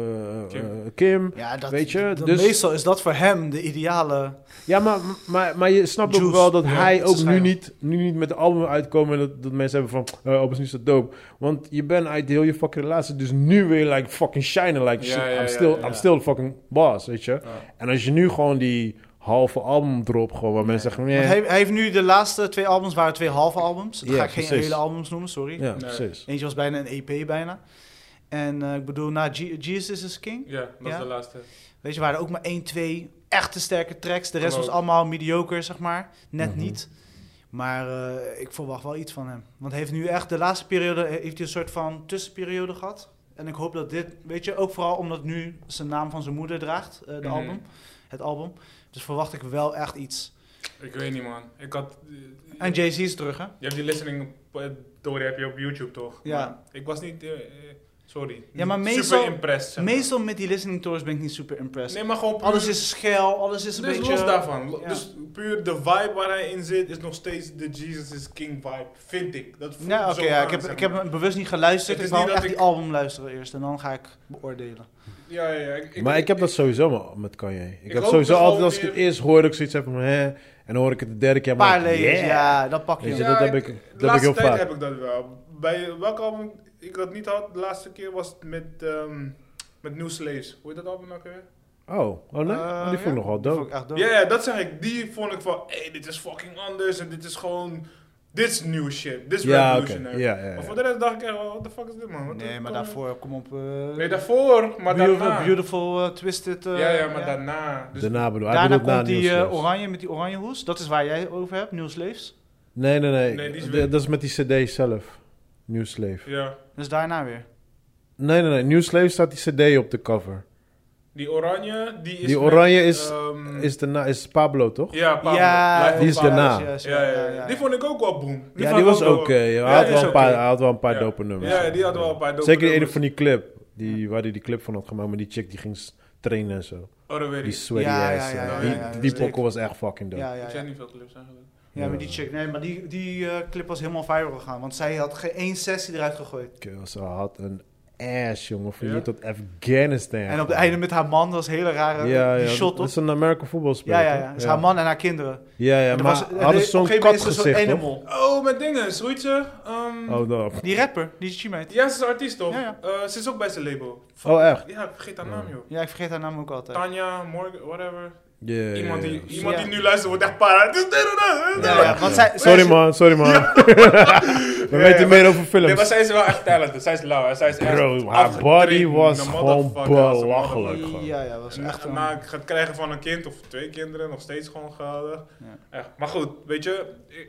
Speaker 3: Kim.
Speaker 1: Ja, dat,
Speaker 3: Weet je,
Speaker 1: dat-
Speaker 3: dus-
Speaker 1: meestal is dat voor hem de ideale...
Speaker 3: Ja, maar je snapt ook
Speaker 1: Juice.
Speaker 3: wel dat
Speaker 1: Ja,
Speaker 3: hij
Speaker 1: het is
Speaker 3: ook nu
Speaker 1: schijn.
Speaker 3: niet met de album uitkomen... en dat mensen hebben van... album is niet zo dope. Want je bent uit heel je fucking relatie... dus nu wil je like fucking shinen. Like,
Speaker 2: Ja,
Speaker 3: shit,
Speaker 2: ja,
Speaker 3: I'm still fucking boss, weet je.
Speaker 2: Ja.
Speaker 3: En als je nu gewoon die halve album drop... gewoon waar mensen zeggen...
Speaker 1: Want
Speaker 3: Nee,
Speaker 1: hij heeft nu de laatste 2 albums, waren 2 halve albums. Dat
Speaker 3: Ja,
Speaker 1: ga ik geen
Speaker 3: precies.
Speaker 1: hele albums noemen, sorry.
Speaker 3: ja,
Speaker 2: Nee.
Speaker 3: precies.
Speaker 1: Eentje was bijna een EP bijna. En ik bedoel, na Jesus is King...
Speaker 2: Ja, dat
Speaker 1: Ja?
Speaker 2: is de laatste.
Speaker 1: Weet je, waren er ook maar 1, 2 echte sterke tracks. De rest
Speaker 2: Klopt.
Speaker 1: was allemaal mediocre, zeg maar. Net
Speaker 3: Mhm.
Speaker 1: niet. Maar ik verwacht wel iets van hem. Want hij heeft nu echt de laatste periode... heeft hij een soort van tussenperiode gehad. En ik hoop dat dit... Weet je, ook vooral omdat nu zijn naam van zijn moeder draagt. Het album. Dus verwacht ik wel echt iets.
Speaker 2: Ik weet niet, man. Ik had...
Speaker 1: En Jay-Z is terug, hè?
Speaker 2: Je hebt die listening door heb je op YouTube, toch?
Speaker 1: Ja.
Speaker 2: Maar ik was niet... sorry.
Speaker 1: Ja, maar
Speaker 2: Super
Speaker 1: meestal-
Speaker 2: impressed, zeg maar.
Speaker 1: Meestal met die listening tours ben ik niet super impressed.
Speaker 2: Nee, maar gewoon puur...
Speaker 1: Alles is schel, alles is een
Speaker 2: dus
Speaker 1: beetje...
Speaker 2: los daarvan.
Speaker 1: Ja.
Speaker 2: Dus puur de vibe waar hij in zit is nog steeds de Jesus is King vibe, vind ik. Dat voelt
Speaker 1: Ja, oké,
Speaker 2: zo
Speaker 1: ja,
Speaker 2: aan,
Speaker 1: ik heb,
Speaker 2: zeg
Speaker 1: ik heb
Speaker 2: maar.
Speaker 1: hem bewust niet geluisterd.
Speaker 2: Het
Speaker 1: Ik
Speaker 2: is
Speaker 1: wou
Speaker 2: niet
Speaker 1: echt
Speaker 2: dat
Speaker 1: die album luisteren eerst en dan ga ik beoordelen.
Speaker 2: Ja.
Speaker 3: Maar ik heb dat sowieso met Kanye. Ik heb
Speaker 2: hoop
Speaker 3: sowieso
Speaker 2: er
Speaker 3: altijd,
Speaker 2: gewoon
Speaker 3: als ik het
Speaker 2: weer-
Speaker 3: eerst hoor, dat ik zoiets heb van... Hè, en dan hoor ik het de derde keer...
Speaker 1: Een paar
Speaker 3: maar
Speaker 1: layers,
Speaker 3: yeah.
Speaker 1: ja, dat pak je.
Speaker 3: Weet je,
Speaker 1: hem.
Speaker 3: dat heb ik-
Speaker 2: de
Speaker 3: dat heb
Speaker 2: laatste
Speaker 3: ik heel
Speaker 2: tijd
Speaker 3: vaak.
Speaker 2: heb ik dat wel. Bij welk album ik dat niet had, de laatste keer was met New Slaves. Hoe heet dat album nou weer?
Speaker 3: Nee? Die vond ik nog wel
Speaker 1: Die vond
Speaker 3: dope.
Speaker 1: ik echt dope.
Speaker 2: Ja, dat zeg ik. Die vond ik van, hey, dit is fucking anders en dit is gewoon, dit is new shit. Dit is
Speaker 3: Ja, oké.
Speaker 2: revolutionary.
Speaker 3: Ja.
Speaker 2: Maar voor de rest dacht ik echt, what the fuck is dit, man? Wat
Speaker 1: Nee,
Speaker 2: de-
Speaker 1: maar daarvoor, kom op.
Speaker 2: Nee, daarvoor, maar daarna.
Speaker 1: Beautiful Twisted.
Speaker 2: Ja, maar daarna. Dus
Speaker 3: Daarna bedoel hij
Speaker 1: Daarna
Speaker 3: bedoelt na
Speaker 1: komt die
Speaker 3: New Slaves.
Speaker 1: oranje met die oranje hoes. Dat is waar jij over hebt, New Slaves.
Speaker 3: Nee.
Speaker 2: Nee, die is weer-
Speaker 3: Dat is met die cd zelf. New Slave.
Speaker 2: ja,
Speaker 1: Dus daarna weer.
Speaker 3: Nee. New Slave staat die cd op de cover.
Speaker 2: die oranje, die is
Speaker 3: Die
Speaker 2: met,
Speaker 3: oranje is Pablo, toch?
Speaker 2: Ja, Pablo.
Speaker 1: Ja,
Speaker 2: Life
Speaker 3: die
Speaker 2: of
Speaker 3: is
Speaker 2: Pablo.
Speaker 3: daarna.
Speaker 2: Ja. Die vond ik ook wel boom.
Speaker 3: Ja,
Speaker 2: vond
Speaker 3: die
Speaker 2: ik
Speaker 3: was
Speaker 2: ook
Speaker 3: oké.
Speaker 2: wel-
Speaker 3: Hij
Speaker 2: Ja,
Speaker 3: had
Speaker 2: die
Speaker 3: wel
Speaker 2: is
Speaker 3: een paar,
Speaker 2: oké.
Speaker 3: hij had wel een paar
Speaker 2: Ja.
Speaker 3: dope nummers.
Speaker 2: Ja, die had wel een paar dope
Speaker 3: Zeker die ene
Speaker 2: nummers.
Speaker 3: van die clip. Waar hij die clip van had gemaakt met die chick die ging trainen en zo.
Speaker 2: Oh, dat weet
Speaker 3: Die
Speaker 2: ik.
Speaker 3: sweaty
Speaker 1: Ja,
Speaker 3: ass.
Speaker 1: ja,
Speaker 2: ja,
Speaker 1: ja,
Speaker 3: Die
Speaker 1: ja.
Speaker 3: pokkel was echt fucking dope.
Speaker 1: Ja,
Speaker 2: Ik ken niet veel clips eigenlijk.
Speaker 1: Ja, met die chick. Nee, maar die clip was helemaal viral gegaan. Want zij had geen één sessie eruit gegooid.
Speaker 3: Ze had een ass, jongen. Van hier tot Afghanistan.
Speaker 1: En op het einde met haar man, dat was een hele rare die shot
Speaker 3: dat
Speaker 1: op.
Speaker 3: is een American voetbalspeler.
Speaker 1: Ja. Dus haar man en haar kinderen.
Speaker 3: Ja, maar hadden ze zo'n katgezicht, toch?
Speaker 2: Oh, met dingen, hoe heet ze?
Speaker 1: Die rapper, die G-Mate.
Speaker 2: Ja, ze is een artiest, toch?
Speaker 1: Ja.
Speaker 2: Ze is ook bij zijn label.
Speaker 3: Oh, echt?
Speaker 2: Ja, ik vergeet haar naam, joh.
Speaker 1: Ja, ik vergeet haar naam ook altijd.
Speaker 2: Tanja, Morgan, whatever.
Speaker 3: Yeah,
Speaker 2: Iemand die
Speaker 1: Ja.
Speaker 2: nu luistert wordt echt para.
Speaker 1: Ja, want
Speaker 3: Sorry man. We weten meer over films.
Speaker 2: Nee, maar zij is wel echt talented. Zij is lauw. Zij is echt
Speaker 3: Bro, haar body was gewoon belachelijk.
Speaker 1: Ja, was echt...
Speaker 2: Na het krijgen van een kind of 2 kinderen, nog steeds gewoon geweldig. Ja. Echt. Maar goed, weet je,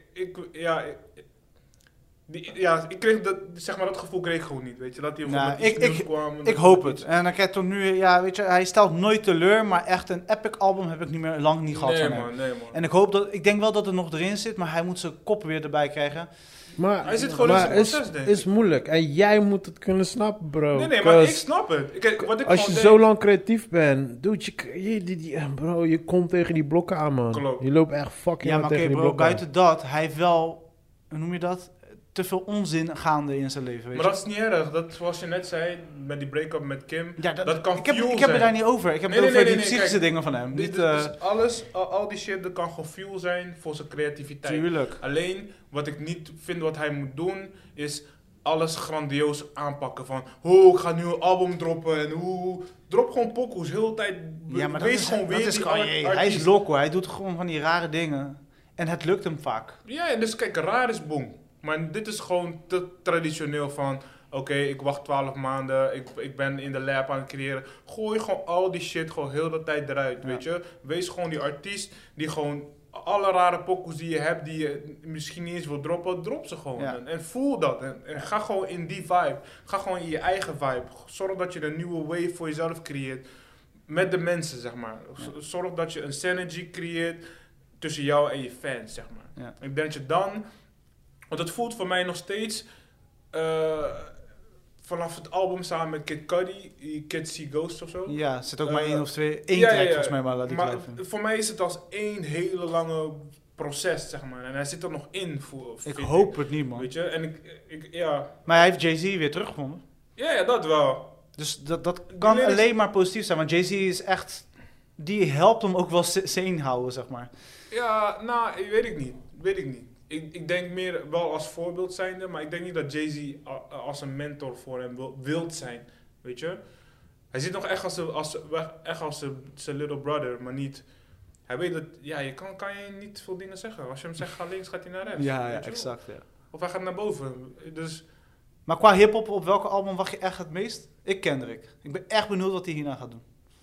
Speaker 2: ik kreeg dat gevoel kreeg ik gewoon niet, weet je, dat hij
Speaker 1: Nou,
Speaker 2: met iets nieuws kwam.
Speaker 1: ik hoop het. En dan krijg je toch nu, weet je, hij stelt nooit teleur, maar echt een epic album heb ik lang niet gehad van hem.
Speaker 2: Nee, man.
Speaker 1: En ik denk wel dat het nog erin zit, maar hij moet zijn kop weer erbij krijgen.
Speaker 3: Maar
Speaker 2: hij zit gewoon in zijn proces, denk ik.
Speaker 3: Is moeilijk. En jij moet het kunnen snappen, bro.
Speaker 2: Nee, maar ik snap het. Kijk,
Speaker 3: als je zo lang creatief bent, dude, bro, je komt tegen die blokken aan, man.
Speaker 2: Klopt.
Speaker 3: Je loopt echt fucking
Speaker 1: Ja, maar
Speaker 3: tegen die
Speaker 1: bro,
Speaker 3: blokken
Speaker 1: buiten dat, hij heeft wel, hoe noem je dat? Te veel onzin gaande in zijn leven, weet
Speaker 2: Maar
Speaker 1: je.
Speaker 2: dat is niet erg. Dat, zoals je net zei, met die break-up met Kim,
Speaker 1: Ja,
Speaker 2: dat kan
Speaker 1: ik heb
Speaker 2: fuel
Speaker 1: het
Speaker 2: zijn.
Speaker 1: daar niet over. Ik heb het over die psychische
Speaker 2: kijk,
Speaker 1: dingen van hem.
Speaker 2: Dus alles, al die shit, dat kan gewoon fuel zijn voor zijn creativiteit.
Speaker 1: Tuurlijk.
Speaker 2: Alleen, wat ik niet vind wat hij moet doen, is alles grandioos aanpakken. Van, ik ga nu een album droppen en drop gewoon pokoes, heel de tijd.
Speaker 1: Ja, maar
Speaker 2: wees gewoon weer die
Speaker 1: Kanye.
Speaker 2: artiest.
Speaker 1: Hij is loco, hij doet gewoon van die rare dingen. En het lukt hem vaak.
Speaker 2: Ja, dus kijk, raar is boom. Maar dit is gewoon te traditioneel van... Oké, ik wacht 12 maanden, ik ben in de lab aan het creëren. Gooi gewoon al die shit gewoon heel de tijd eruit, weet je. Wees gewoon die artiest die gewoon... Alle rare pokoes die je hebt, die je misschien niet eens wil droppen, drop ze gewoon.
Speaker 1: Ja.
Speaker 2: En voel dat. En ga gewoon in die vibe. Ga gewoon in je eigen vibe. Zorg dat je een nieuwe wave voor jezelf creëert. Met de mensen, zeg maar. Zorg dat je een synergy creëert tussen jou en je fans, zeg maar.
Speaker 1: Ja.
Speaker 2: Ik denk dat je dan... Want het voelt voor mij nog steeds... vanaf het album samen met Kid Cudi, Kids See Ghosts of zo.
Speaker 1: Ja, er zit ook maar één of twee, track volgens mij, maar laat ik blijven.
Speaker 2: Voor mij is het als één hele lange proces, zeg maar. En hij zit er nog in.
Speaker 1: Ik hoop het niet, man.
Speaker 2: Weet je, en ja.
Speaker 1: Maar hij heeft Jay-Z weer teruggevonden.
Speaker 2: Ja, dat wel.
Speaker 1: Dus dat kan alleen maar positief zijn, want Jay-Z is echt... Die helpt hem ook wel sane houden, zeg maar.
Speaker 2: Ja, nou, weet ik niet. Ik denk meer wel als voorbeeld zijnde, maar ik denk niet dat Jay-Z als een mentor voor hem wilt zijn, weet je. Hij zit nog echt als zijn little brother, maar niet... Hij weet dat, je kan je niet veel dingen zeggen. Als je hem zegt, ga links, gaat hij naar rechts.
Speaker 1: Ja, exact, ja.
Speaker 2: Of hij gaat naar boven, dus...
Speaker 1: Maar qua hiphop, op welke album wacht je echt het meest? Ik Kendrick. Ik ben echt benieuwd wat hij hierna gaat doen.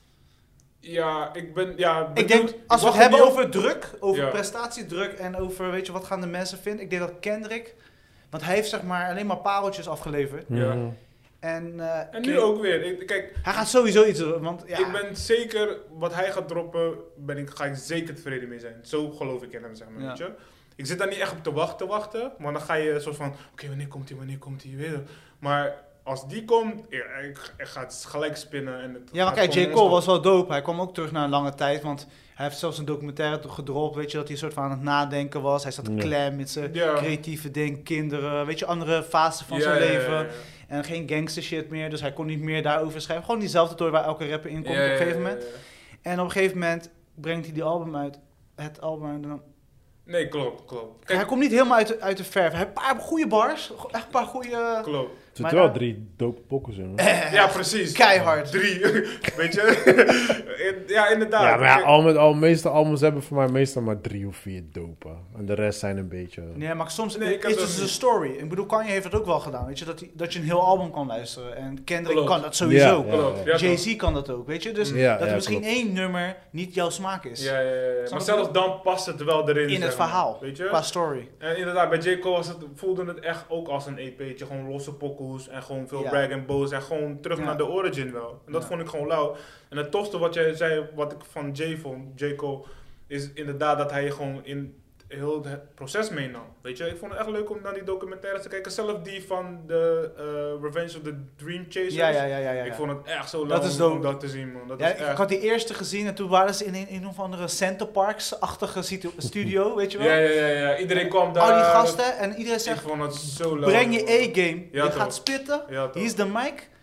Speaker 2: Ja, ik
Speaker 1: denk, als we het hebben over druk, over prestatiedruk en over, weet je, wat gaan de mensen vinden. Ik denk dat Kendrick, want hij heeft zeg maar alleen maar pareltjes afgeleverd.
Speaker 2: Ja.
Speaker 1: En
Speaker 2: nu ook weer. Kijk,
Speaker 1: hij gaat sowieso iets doen, want ja.
Speaker 2: Ik ben zeker, wat hij gaat droppen, ga ik zeker tevreden mee zijn. Zo geloof ik in hem, zeg maar, weet je. Ik zit daar niet echt op te wachten, maar dan ga je soort van, oké, wanneer komt hij weer? Maar... Als die komt, ik ga het gelijk spinnen. En
Speaker 1: maar kijk, J. Cole was wel dope. Hij kwam ook terug na een lange tijd, want hij heeft zelfs een documentaire gedropt, weet je, dat hij een soort van aan het nadenken was. Hij zat klem met zijn creatieve ding, kinderen, weet je, andere fasen van zijn leven. Ja. En geen gangster shit meer, dus hij kon niet meer daarover schrijven. Gewoon diezelfde tooi waar elke rapper in komt op een gegeven moment. En op een gegeven moment brengt hij die album uit, het album uit en dan...
Speaker 2: Nee, klopt.
Speaker 1: Kijk, hij komt niet helemaal uit de verf. Hij heeft een paar goede bars, echt een paar goede...
Speaker 2: Klopt.
Speaker 3: Er zitten wel 3 dope pokkers in.
Speaker 2: Ja, precies.
Speaker 1: Keihard.
Speaker 2: 3. Weet je? Ja, inderdaad.
Speaker 3: Ja, maar al met al, meeste albums hebben voor mij meestal maar 3 of 4 dope. En de rest zijn een beetje...
Speaker 1: Nee, maar soms is het dus een story. Ik bedoel, Kanye heeft dat ook wel gedaan. Weet je, dat je een heel album kan luisteren. En Kendrick kan dat sowieso.
Speaker 2: Ja,
Speaker 1: Jay-Z kan dat ook, weet je. Dus dat er misschien één nummer niet jouw smaak is.
Speaker 2: Ja. Maar zelfs dan past het wel erin.
Speaker 1: In het verhaal,
Speaker 2: weet je?
Speaker 1: qua story.
Speaker 2: En inderdaad, bij J. Cole voelde het echt ook als een EP'tje. Gewoon losse pokoes en gewoon veel brag en boos. En gewoon terug naar de origin wel. En dat vond ik gewoon lauw. En het tofste wat jij zei, wat ik van J vond, J. Cole, is inderdaad dat hij gewoon in heel het proces meenam. Weet je, ik vond het echt leuk om naar die documentaires te kijken. Zelf die van de Revenge of the Dream Chasers.
Speaker 1: Ja.
Speaker 2: Ik vond het echt zo leuk om dat te zien, man.
Speaker 1: Ik had die eerste gezien en toen waren ze in een of andere Center Parks-achtige studio, weet je wel?
Speaker 2: Ja. Iedereen kwam daar.
Speaker 1: Al die gasten en iedereen zegt,
Speaker 2: ik vond het zo leuk.
Speaker 1: Breng je A-game.
Speaker 2: Ja,
Speaker 1: je gaat spitten, hier is de mic.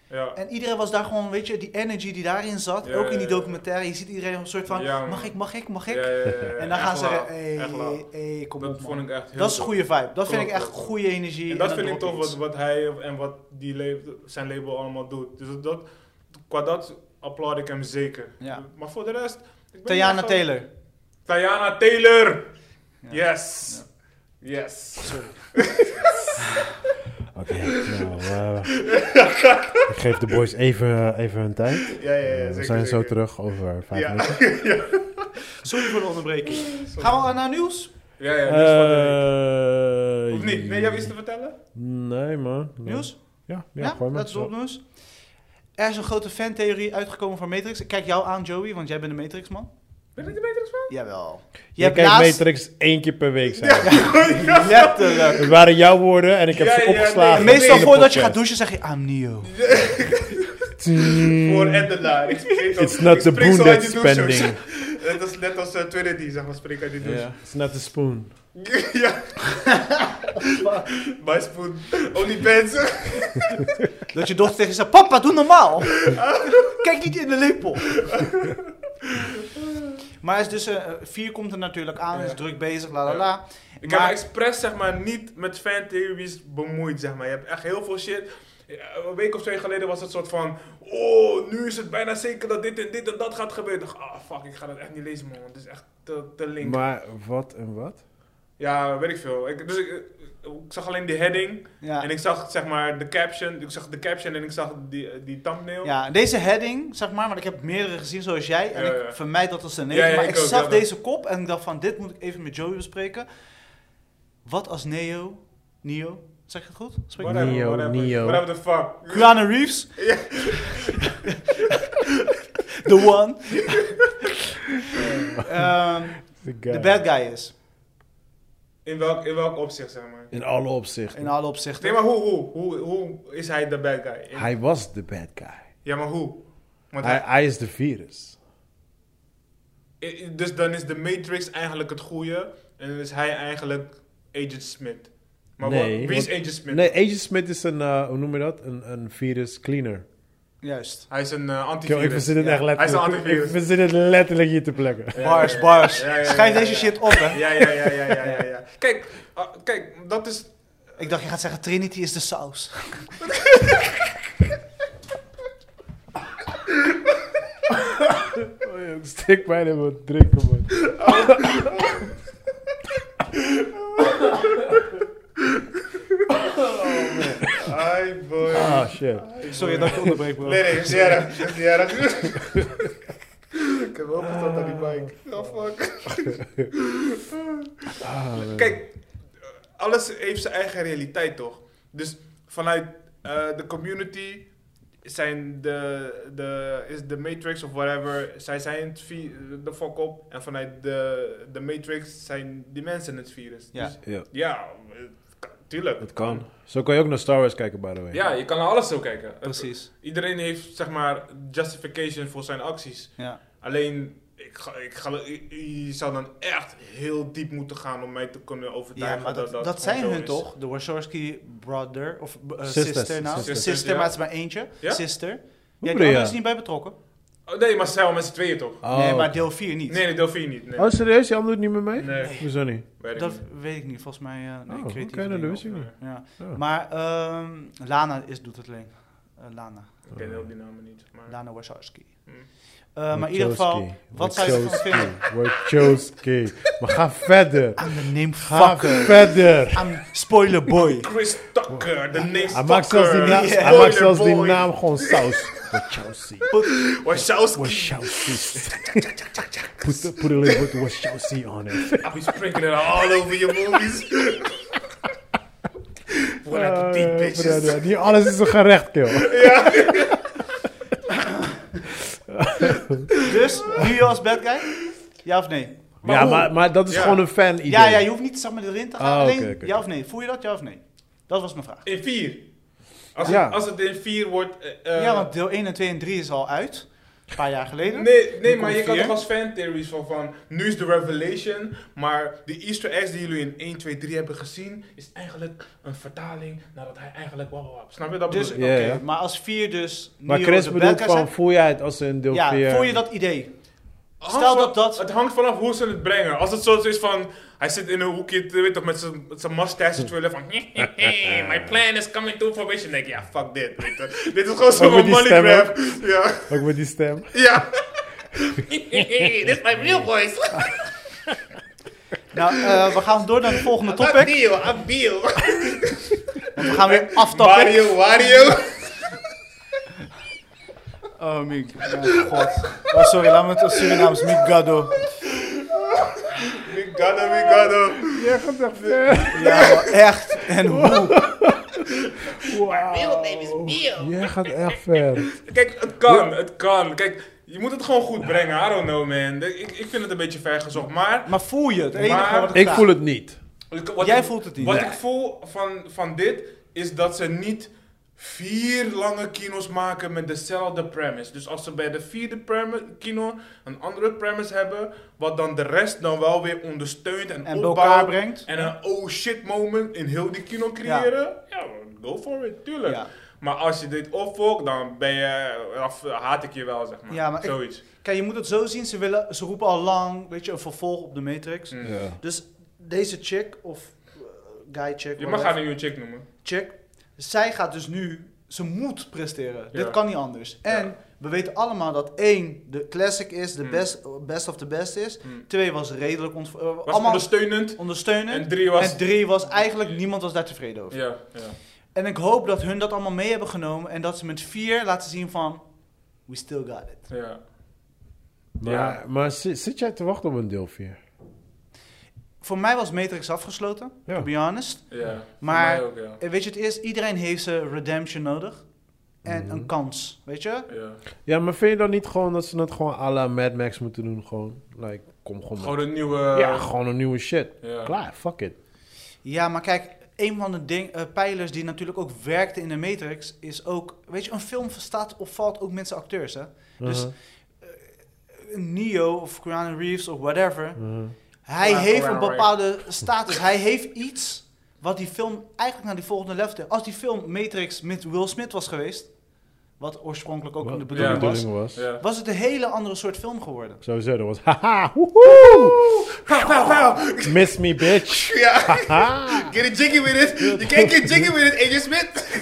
Speaker 2: Ja.
Speaker 1: En iedereen was daar gewoon, weet je, die energy die daarin zat.
Speaker 2: Ja,
Speaker 1: ook in die
Speaker 2: ja, ja.
Speaker 1: documentaire. Je ziet iedereen op een soort van,
Speaker 2: Ja, man.
Speaker 1: mag ik?
Speaker 2: Ja.
Speaker 1: En dan gaan ze
Speaker 2: Echt
Speaker 1: zeggen,
Speaker 2: waar.
Speaker 1: hey, kom
Speaker 2: Dat
Speaker 1: op,
Speaker 2: vond
Speaker 1: man.
Speaker 2: ik echt heel
Speaker 1: Dat is een goede vibe. Dat vind ik
Speaker 2: Klopt,
Speaker 1: echt
Speaker 2: klopt.
Speaker 1: goede energie.
Speaker 2: En dat vind
Speaker 1: dan
Speaker 2: ik
Speaker 1: drop
Speaker 2: toch
Speaker 1: iets.
Speaker 2: wat hij en wat zijn label allemaal doet. Dus qua dat applaud ik hem zeker.
Speaker 1: Ja.
Speaker 2: Maar voor de rest... ik ben
Speaker 1: Tajana
Speaker 2: echt-
Speaker 1: Taylor.
Speaker 2: Tajana Taylor!
Speaker 1: Ja.
Speaker 2: Yes! Yes!
Speaker 1: Sorry.
Speaker 3: Oké, nou, ik geef de boys even hun tijd.
Speaker 2: Ja,
Speaker 3: We
Speaker 2: zeker,
Speaker 3: zijn zo
Speaker 2: zeker.
Speaker 3: terug over 5
Speaker 2: Ja.
Speaker 3: minuten.
Speaker 1: Sorry voor de onderbreking. Gaan we naar nieuws?
Speaker 2: Ja, dus van de week. Of niet? Nee, jij wist te vertellen?
Speaker 3: Nee, man. Nee.
Speaker 1: Nieuws?
Speaker 3: Ja,
Speaker 1: Ja,
Speaker 3: gewoon
Speaker 1: dat is op nieuws. Er is een grote fantheorie uitgekomen van Matrix. Ik kijk jou aan, Joey, want jij bent de Matrix-man.
Speaker 2: Ben ik de Matrix van?
Speaker 1: Jawel.
Speaker 3: Je kijkt Matrix 1 keer per week. Zijn.
Speaker 1: Letterlijk.
Speaker 3: Het waren jouw woorden en ik heb
Speaker 2: Ja,
Speaker 3: ze
Speaker 2: ja,
Speaker 3: opgeslagen.
Speaker 2: nee,
Speaker 1: Meestal
Speaker 3: in de
Speaker 1: voordat je
Speaker 3: podcast.
Speaker 1: gaat douchen zeg je, I'm Neo.
Speaker 2: Voor Endelaar.
Speaker 3: It's not the boon that's spending.
Speaker 2: Dat is net als Trinity, zeg maar, spreek uit die douche.
Speaker 1: Ja.
Speaker 3: It's not the spoon.
Speaker 2: Ja. My spoon. Only pens.
Speaker 1: Dat je dochter tegen je zegt, papa, doe normaal. Kijk niet in de lepel. Maar is dus, 4 komt er natuurlijk aan, is druk bezig, la la la.
Speaker 2: Ik heb me expres, zeg maar, niet met fantheories bemoeid, zeg maar. Je hebt echt heel veel shit. Ja, een week of 2 geleden was het soort van... Oh, nu is het bijna zeker dat dit en dat gaat gebeuren. Ik dacht, fuck, ik ga dat echt niet lezen, man. Want het is echt te link.
Speaker 3: Maar wat en wat?
Speaker 2: Ja, weet ik veel. Ik zag alleen die heading.
Speaker 1: Ja.
Speaker 2: En ik zag, zeg maar, de caption. Ik zag de caption en ik zag die thumbnail.
Speaker 1: Ja, deze heading, zeg maar, want ik heb meerdere gezien zoals jij. En
Speaker 2: Ja,
Speaker 1: ik
Speaker 2: ja.
Speaker 1: vermijd dat als een
Speaker 2: Ja, ja,
Speaker 1: maar
Speaker 2: ik
Speaker 1: ik
Speaker 2: ook,
Speaker 1: zag
Speaker 2: ja,
Speaker 1: deze kop en ik dacht van, dit moet ik even met Joey bespreken. Wat als Neo, zeg je het goed? Spreek ik het?
Speaker 3: Neo.
Speaker 2: Whatever the fuck.
Speaker 1: Keanu Reeves,
Speaker 2: Ja.
Speaker 1: the one, de bad guy is.
Speaker 2: In welk opzicht, zeg maar?
Speaker 3: In alle opzichten.
Speaker 1: In alle opzichten.
Speaker 2: Nee, maar hoe is hij de bad guy?
Speaker 3: Hij was de bad guy.
Speaker 2: Ja, maar hoe? Want
Speaker 3: Hij is de virus.
Speaker 2: dus dan is de Matrix eigenlijk het goede en dan is hij eigenlijk Agent Smith. Maar
Speaker 3: Nee,
Speaker 2: wie is
Speaker 3: want-
Speaker 2: Agent Smith?
Speaker 3: Nee, Agent Smith is een, hoe noem je dat? Een virus cleaner.
Speaker 1: Juist.
Speaker 2: Hij is een
Speaker 3: Yo,
Speaker 2: antivirus.
Speaker 3: ik verzin het
Speaker 1: Ja,
Speaker 3: echt
Speaker 2: hij is een
Speaker 3: letterlijk.
Speaker 2: antivirus.
Speaker 3: Ik verzin het letterlijk hier te plekken.
Speaker 2: Ja,
Speaker 1: Bars.
Speaker 2: Ja, ja,
Speaker 1: Schrijf
Speaker 2: ja,
Speaker 1: deze
Speaker 2: ja.
Speaker 1: shit op, hè.
Speaker 2: Ja. Kijk, dat is...
Speaker 1: Ik dacht, je gaat zeggen, Trinity is de saus.
Speaker 3: Oh, joh, stik bijna wat drinken, man.
Speaker 2: Ai, boy.
Speaker 3: Ah, shit.
Speaker 1: Sorry dat ik je onderbreek, bro.
Speaker 2: Nee, is niet erg. Dat is niet erg. Ik heb wel opgestaan aan die bike. Oh, fuck.
Speaker 3: Ah, man.
Speaker 2: Kijk, alles heeft zijn eigen realiteit, toch? Dus vanuit de community zijn is de Matrix of whatever, zij zijn de fuck op. En vanuit de Matrix zijn die mensen het virus.
Speaker 1: Ja.
Speaker 2: Dus,
Speaker 3: Ja,
Speaker 2: ja, tuurlijk.
Speaker 3: het kan. Zo kan je ook naar Star Wars kijken, by the way.
Speaker 2: Ja, je kan naar alles zo kijken.
Speaker 1: Precies.
Speaker 2: Iedereen heeft, zeg maar, justification voor zijn acties.
Speaker 1: Ja.
Speaker 2: Alleen, je zou dan echt heel diep moeten gaan om mij te kunnen
Speaker 1: Ja,
Speaker 2: overtuigen
Speaker 1: maar dat
Speaker 2: gewoon
Speaker 1: zijn
Speaker 2: zo
Speaker 1: hun
Speaker 2: is.
Speaker 1: toch? De Wachowski brother, of
Speaker 3: Sisters.
Speaker 1: sister nou.
Speaker 2: Sisters,
Speaker 1: Sister,
Speaker 2: ja.
Speaker 1: maar het is maar eentje.
Speaker 2: Ja?
Speaker 1: Sister.
Speaker 3: Hoe
Speaker 1: Ja, die
Speaker 3: bedoel je?
Speaker 1: andere is niet bij betrokken.
Speaker 2: Oh, nee, maar ze zijn wel met z'n tweeën toch?
Speaker 3: Oh,
Speaker 1: Nee, maar
Speaker 3: oké.
Speaker 1: deel 4 niet.
Speaker 2: Nee, deel 4 niet. Nee.
Speaker 3: Oh, serieus? Die andere doet niet meer mee?
Speaker 2: Nee.
Speaker 3: Hoezo niet?
Speaker 2: Weet ik
Speaker 1: Dat
Speaker 2: niet.
Speaker 1: weet ik niet, volgens mij. Nee,
Speaker 3: Oh,
Speaker 1: creatieve
Speaker 3: oké, nou, dat
Speaker 1: dingen
Speaker 3: wist ik
Speaker 1: of-
Speaker 3: niet.
Speaker 1: Ja.
Speaker 3: Oh.
Speaker 1: Maar Lana doet het alleen. Lana.
Speaker 2: Ik ken heel die namen niet. Maar...
Speaker 1: Lana Wachowski.
Speaker 2: Hm.
Speaker 1: Maar in ieder geval, wat zou je ervan vinden?
Speaker 3: Wachowski. Maar ga verder.
Speaker 1: I'm the name
Speaker 3: Ga
Speaker 1: fucker.
Speaker 3: verder.
Speaker 1: I'm spoiler boy.
Speaker 2: Chris Tucker, de name
Speaker 3: Hij maakt zelfs die,
Speaker 1: Ja.
Speaker 3: hij maakt zelfs die naam gewoon saus. Wachowski.
Speaker 2: Wachowski.
Speaker 3: Wachowski. Put a little bit of Wachowski on it.
Speaker 2: I'll be sprinkling it all over your movies. One of the deep bitches.
Speaker 3: brother, niet alles is een gerecht, kill.
Speaker 1: Dus, nu als bad guy? Ja of nee?
Speaker 3: Ja,
Speaker 2: hoe?
Speaker 3: maar dat is
Speaker 2: Ja.
Speaker 3: gewoon een fan-idee.
Speaker 1: Ja, je hoeft niet zeg maar erin te gaan.
Speaker 3: Ah,
Speaker 1: Alleen,
Speaker 3: oké.
Speaker 1: ja of nee? Voel je dat, ja of nee? Dat was mijn vraag.
Speaker 2: In 4.
Speaker 3: Ja.
Speaker 2: Als het in 4 wordt...
Speaker 1: ja, want deel 1 en 2 en 3 is al uit. Een paar jaar geleden.
Speaker 2: Nee, maar je
Speaker 1: komt
Speaker 2: kan
Speaker 1: 4.
Speaker 2: toch als fan-theories van nu is de revelation, maar de easter eggs die jullie in 1, 2, 3 hebben gezien, is eigenlijk een vertaling nadat hij eigenlijk... Snap je dat?
Speaker 1: Dus,
Speaker 2: bedoel ik?
Speaker 1: oké,
Speaker 3: Ja.
Speaker 1: maar als 4 dus
Speaker 3: Maar
Speaker 1: Neo
Speaker 3: Chris
Speaker 1: de
Speaker 3: bedoelt
Speaker 1: bad guy
Speaker 3: van,
Speaker 1: zijn,
Speaker 3: voel jij het als een deel 4?
Speaker 1: ja, voel je dat idee?
Speaker 2: Hangt
Speaker 1: Stel
Speaker 2: van-
Speaker 1: dat...
Speaker 2: Het hangt vanaf hoe ze het brengen. Als het zo is van, hij zit in een hoekje, weet toch, met zijn mustache te twillen van, my plan is coming to fruition. Dan denk ik, ja, fuck dit, weet je. Dit is gewoon
Speaker 3: Ook
Speaker 2: zo'n
Speaker 3: met die
Speaker 2: money
Speaker 3: stem,
Speaker 2: grab. Ja.
Speaker 3: Ook met die stem.
Speaker 2: Ja. This is my real voice.
Speaker 1: Nou, we gaan door naar de volgende
Speaker 2: I'm
Speaker 1: topic.
Speaker 2: Neo, I'm Bill.
Speaker 1: We gaan weer aftappen.
Speaker 2: Wario.
Speaker 1: Oh, mijn god. Oh, sorry, laat me het Surinaams. Migado.
Speaker 2: We got him.
Speaker 3: Jij gaat echt ver.
Speaker 1: Ja, maar echt. En hoe?
Speaker 3: Real name is Bill. Jij gaat echt ver.
Speaker 2: Kijk, het kan. Kijk, je moet het gewoon goed brengen. I don't know, man. Ik vind het een beetje ver gezocht, maar...
Speaker 1: Maar voel je het? Enige
Speaker 2: Maar-
Speaker 1: wat
Speaker 3: Ik
Speaker 1: vraag.
Speaker 3: voel het niet.
Speaker 1: Jij voelt het niet.
Speaker 2: Wat
Speaker 1: Nee.
Speaker 2: ik voel van dit, is dat ze niet 4 lange kino's maken met dezelfde premise. Dus als ze bij de 4e kino een andere premise hebben, wat dan de rest dan wel weer ondersteunt en
Speaker 1: En bij
Speaker 2: opbouwt.
Speaker 1: elkaar brengt.
Speaker 2: En een oh shit moment in heel die kino creëren. Ja, go for it, tuurlijk.
Speaker 1: Ja.
Speaker 2: Maar als je dit opvolgt, dan ben je, haat ik je wel, zeg maar.
Speaker 1: Ja, maar
Speaker 2: zoiets.
Speaker 1: Kijk, je moet het zo zien. Ze roepen al lang, weet je, een vervolg op de Matrix.
Speaker 2: Mm.
Speaker 3: Ja.
Speaker 1: Dus deze chick, of guy chick,
Speaker 2: Je mag haar nu een chick noemen.
Speaker 1: chick, zij gaat dus nu, ze moet presteren.
Speaker 2: Ja.
Speaker 1: Dit kan niet anders.
Speaker 2: Ja.
Speaker 1: En we weten allemaal dat 1 de classic is, de best of the best is. 2 was redelijk
Speaker 2: Was
Speaker 1: allemaal
Speaker 2: ondersteunend.
Speaker 1: ondersteunend.
Speaker 2: En 3 was...
Speaker 1: En 3 was eigenlijk, niemand was daar tevreden over.
Speaker 2: Ja.
Speaker 1: En ik hoop dat hun dat allemaal mee hebben genomen en dat ze met 4 laten zien van, we still got it.
Speaker 2: Ja.
Speaker 3: Maar zit jij te wachten op een deel 4?
Speaker 1: Voor mij was Matrix afgesloten,
Speaker 3: Ja.
Speaker 1: to be honest.
Speaker 2: Ja.
Speaker 1: Maar
Speaker 2: voor mij ook, ja.
Speaker 1: weet je, het is, iedereen heeft zijn redemption nodig. En een kans, weet je?
Speaker 2: Ja.
Speaker 3: Ja, maar vind je dan niet gewoon dat ze het gewoon à la Mad Max moeten doen? Gewoon, like, kom gewoon
Speaker 2: Gewoon
Speaker 3: met...
Speaker 2: een nieuwe...
Speaker 3: Ja, gewoon een nieuwe shit.
Speaker 2: Ja.
Speaker 3: Klaar, fuck it.
Speaker 1: Ja, maar kijk, een van de pijlers die natuurlijk ook werkte in de Matrix is ook... Weet je, een film staat of valt ook met zijn acteurs, hè? Dus Neo of Keanu Reeves of whatever, hij heeft een bepaalde status. Hij heeft iets wat die film eigenlijk naar die volgende level heeft. Als die film Matrix met Will Smith was geweest, wat oorspronkelijk ook de bedoeling was,
Speaker 2: Ja.
Speaker 1: was het een hele andere soort film geworden.
Speaker 3: Sowieso, dat was haha, woehoe! Miss me, bitch!
Speaker 2: Ja.
Speaker 3: Haha!
Speaker 2: Get it jiggy with it. You can't get jiggy with it, Agent Smith.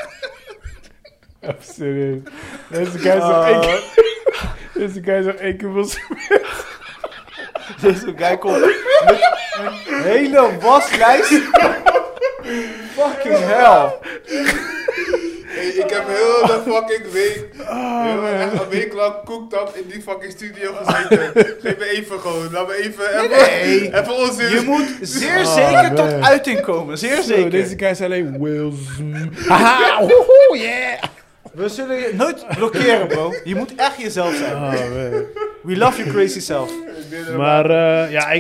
Speaker 3: Serieus. Deze guy zegt één keer... Deze guy zegt één keer Will Smith.
Speaker 1: Deze guy komt met een hele waslijst. Fucking hell.
Speaker 2: Hey, ik heb heel de fucking week, echt een week lang cooked up in die fucking studio gezeten. Geef me even gewoon, laat me even,
Speaker 1: Nee.
Speaker 2: even onzin.
Speaker 1: Je moet zeer zeker tot uiting komen. Zeer zeker.
Speaker 3: Deze guy zei alleen Will Smith. Haha, woehoe, yeah!
Speaker 1: We zullen je nooit blokkeren, bro. Je moet echt jezelf zijn.
Speaker 3: Oh, man.
Speaker 1: We love your crazy self.
Speaker 3: Maar ja,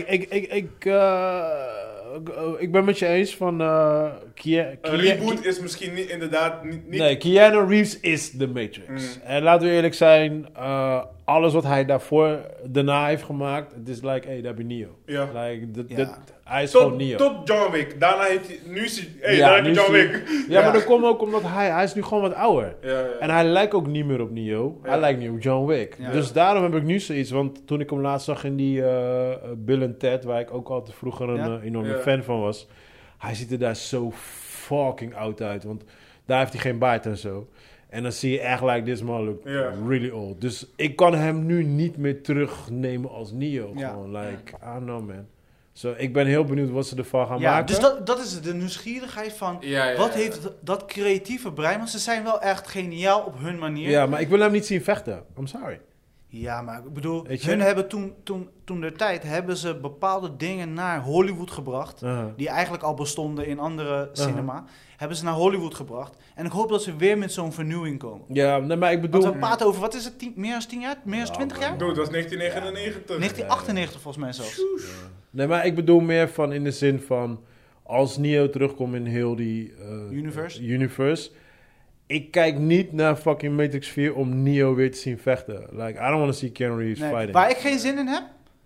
Speaker 3: ik ben met je eens van...
Speaker 2: Een reboot is misschien niet, inderdaad niet...
Speaker 3: Nee, Keanu Reeves is de Matrix. En laten we eerlijk zijn, alles wat hij daarna heeft gemaakt, het is like, hey, daar heb je Neo.
Speaker 2: Ja.
Speaker 3: Like, hij is gewoon Neo.
Speaker 2: Tot John Wick. Daarna heeft hij... Nu is hij... Hey,
Speaker 3: Ja,
Speaker 2: daar heb je
Speaker 3: nu
Speaker 2: John
Speaker 3: is hij-
Speaker 2: Wick.
Speaker 3: Ja, maar dat komt ook omdat hij is nu gewoon wat ouder.
Speaker 2: Ja.
Speaker 3: En hij lijkt ook niet meer op Neo.
Speaker 2: Ja.
Speaker 3: Hij lijkt nu op John Wick.
Speaker 1: Ja.
Speaker 3: Dus daarom heb ik nu zoiets. Want toen ik hem laatst zag in die Bill & Ted, waar ik ook altijd vroeger een enorme fan van was. Hij ziet er daar zo fucking oud uit. Want daar heeft hij geen baard en zo. En dan zie je echt like this man look really old. Dus ik kan hem nu niet meer terugnemen als Neo.
Speaker 1: Ja.
Speaker 3: Gewoon like, I don't know man. So, ik ben heel benieuwd wat ze ervan gaan
Speaker 1: Ja,
Speaker 3: maken.
Speaker 1: dus dat is de nieuwsgierigheid van... wat heeft dat creatieve brein? Want ze zijn wel echt geniaal op hun manier.
Speaker 3: Ja, maar ik wil hem niet zien vechten. I'm sorry.
Speaker 1: Ja, maar ik bedoel,
Speaker 3: Weet je?
Speaker 1: hun hebben toen der tijd hebben ze bepaalde dingen naar Hollywood gebracht. Die eigenlijk al bestonden in andere cinema. Hebben ze naar Hollywood gebracht. En ik hoop dat ze weer met zo'n vernieuwing komen.
Speaker 3: Ja, nee, maar ik bedoel...
Speaker 1: Want we praten over, wat is het, meer dan 10 jaar? Meer dan 20 jaar?
Speaker 2: Dude, dat was 1999.
Speaker 1: 1998 volgens mij zelfs.
Speaker 3: Nee, maar ik bedoel meer van in de zin van... Als Neo terugkomt in heel die...
Speaker 1: Universe.
Speaker 3: universe, ik kijk niet naar fucking Matrix 4 om Neo weer te zien vechten. Like, I don't want to see Keanu Reeves fighting.
Speaker 1: Waar ik geen zin in heb?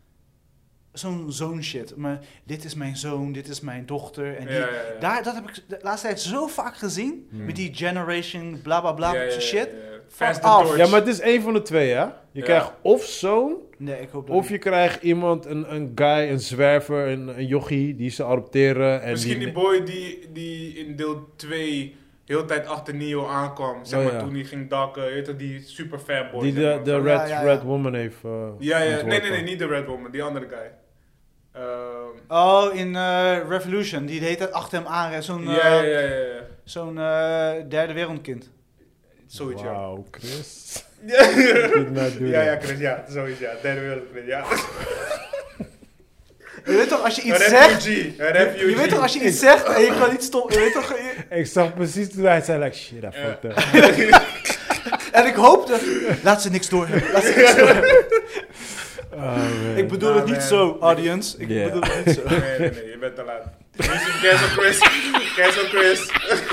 Speaker 1: Zo'n shit. Maar dit is mijn zoon, dit is mijn dochter. En dat heb ik de laatste tijd zo vaak gezien. Met die generation bla bla bla shit.
Speaker 2: Fast
Speaker 1: af.
Speaker 3: Ja, maar het is één van de twee, hè? Je krijgt of zoon,
Speaker 1: ik hoop dat
Speaker 3: of je krijgt iemand, een guy, een zwerver, een jochie, die ze adopteren. En
Speaker 2: misschien die boy die in deel 2 heel de tijd achter Neo aankwam. Zeg maar toen hij ging dakken, die super fanboy.
Speaker 3: Die de red woman heeft
Speaker 2: Nee, niet de red woman, die andere guy.
Speaker 1: in Revolution, die de hele tijd achter hem aanrijdt. Zo'n derde wereldkind.
Speaker 2: Zoiets,
Speaker 3: Wauw, Chris.
Speaker 2: Ja, Chris, zoiets, derde wereldkind,
Speaker 1: Je weet toch, als je iets zegt... Je weet toch, als je iets zegt en je kan niet stoppen... Je weet toch...
Speaker 3: Ik zag precies toen hij zei, like, shit, I fucked up.
Speaker 1: En ik hoopte... Laat ze niks doorhebben. Ik bedoel het niet zo, audience. Ik bedoel het niet zo.
Speaker 2: Nee, je bent te laat. Cancel Chris.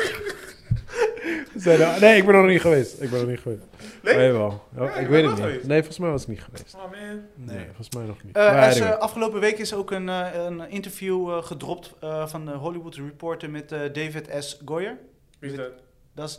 Speaker 3: Nee, ik ben nog niet geweest. Nee, wel. Ik weet het niet.
Speaker 2: Geweest?
Speaker 3: Nee, volgens mij was ik niet geweest.
Speaker 2: Oh man.
Speaker 3: Nee, volgens mij nog niet.
Speaker 1: Afgelopen week is ook een interview gedropt van de Hollywood Reporter met David S. Goyer.
Speaker 2: Wie is dat?
Speaker 1: Dat is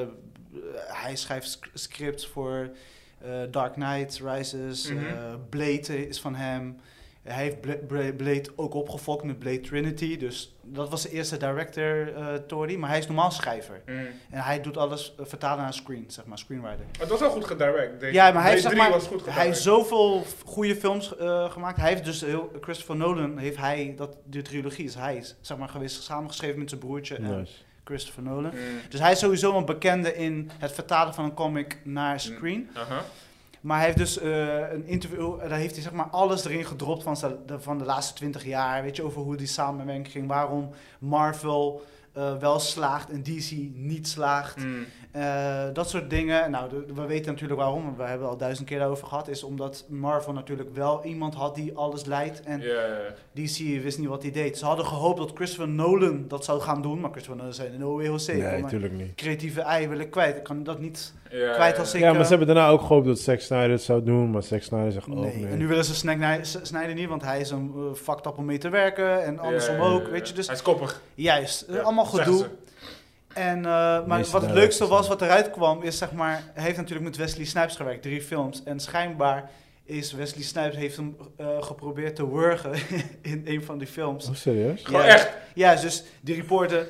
Speaker 1: hij schrijft scripts voor Dark Knight Rises, Blade is van hem. Hij heeft Blade ook opgefokt met Blade Trinity, dus dat was de eerste director Tory, maar hij is normaal schrijver. En hij doet alles vertalen naar screen, zeg maar, screenwriter.
Speaker 2: Het was wel goed gedirect.
Speaker 1: Ja, maar hij heeft zoveel goede films gemaakt. Hij heeft dus Christopher Nolan, de trilogie is hij, zeg maar, geweest, samengeschreven met zijn broertje en Christopher Nolan. Dus hij is sowieso een bekende in het vertalen van een comic naar screen. Maar hij heeft dus een interview, daar heeft hij zeg maar alles erin gedropt van de laatste 20 jaar. Weet je, over hoe die samenwerking ging, waarom Marvel wel slaagt en DC niet slaagt. Dat soort dingen. Nou, we weten natuurlijk waarom, we hebben al 1000 keer daarover gehad. Is omdat Marvel natuurlijk wel iemand had die alles leidt. En DC wist niet wat hij deed. Ze hadden gehoopt dat Christopher Nolan dat zou gaan doen. Maar Christopher Nolan zei, no way Jose.
Speaker 3: Nee, natuurlijk niet.
Speaker 1: Creatieve ei wil ik kwijt. Ik kan dat niet kwijt als ik...
Speaker 3: Ja, maar ze hebben daarna ook gehoopt dat Zack Snyder het zou doen. Maar Zack Snyder zegt ook nee.
Speaker 1: En nu willen ze Snyder niet, want hij is een fucked up om mee te werken. En andersom ook, weet je. Dus,
Speaker 2: hij is koppig.
Speaker 1: Juist, allemaal gedoe. En, maar wat het leukste was, wat eruit kwam, is zeg maar... Hij heeft natuurlijk met Wesley Snipes gewerkt, 3 films. En schijnbaar is Wesley Snipes heeft hem geprobeerd te wurgen in een van die films.
Speaker 3: Oh, serieus?
Speaker 2: Gewoon echt?
Speaker 1: Ja, dus die reporter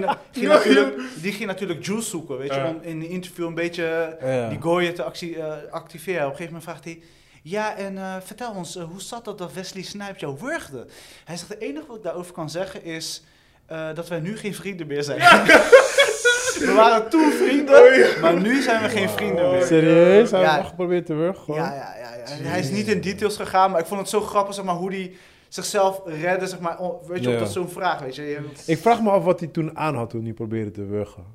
Speaker 1: ging natuurlijk Jules zoeken, weet je, om in een interview een beetje die Goyer te activeren. Op een gegeven moment vraagt hij... Ja, en vertel ons, hoe zat dat Wesley Snipes jou wurgde? Hij zegt, het enige wat ik daarover kan zeggen is... dat wij nu geen vrienden meer zijn. We waren toen vrienden, maar nu zijn we geen vrienden meer.
Speaker 3: Serieus? Hij heeft geprobeerd te wurgen?
Speaker 1: Ja. Hij is niet in details gegaan, maar ik vond het zo grappig, zeg maar, hoe hij zichzelf redde, zeg maar, weet je, op dat zo'n vraag, weet je.
Speaker 3: Ik vraag me af wat hij toen aan had toen hij probeerde te wurgen.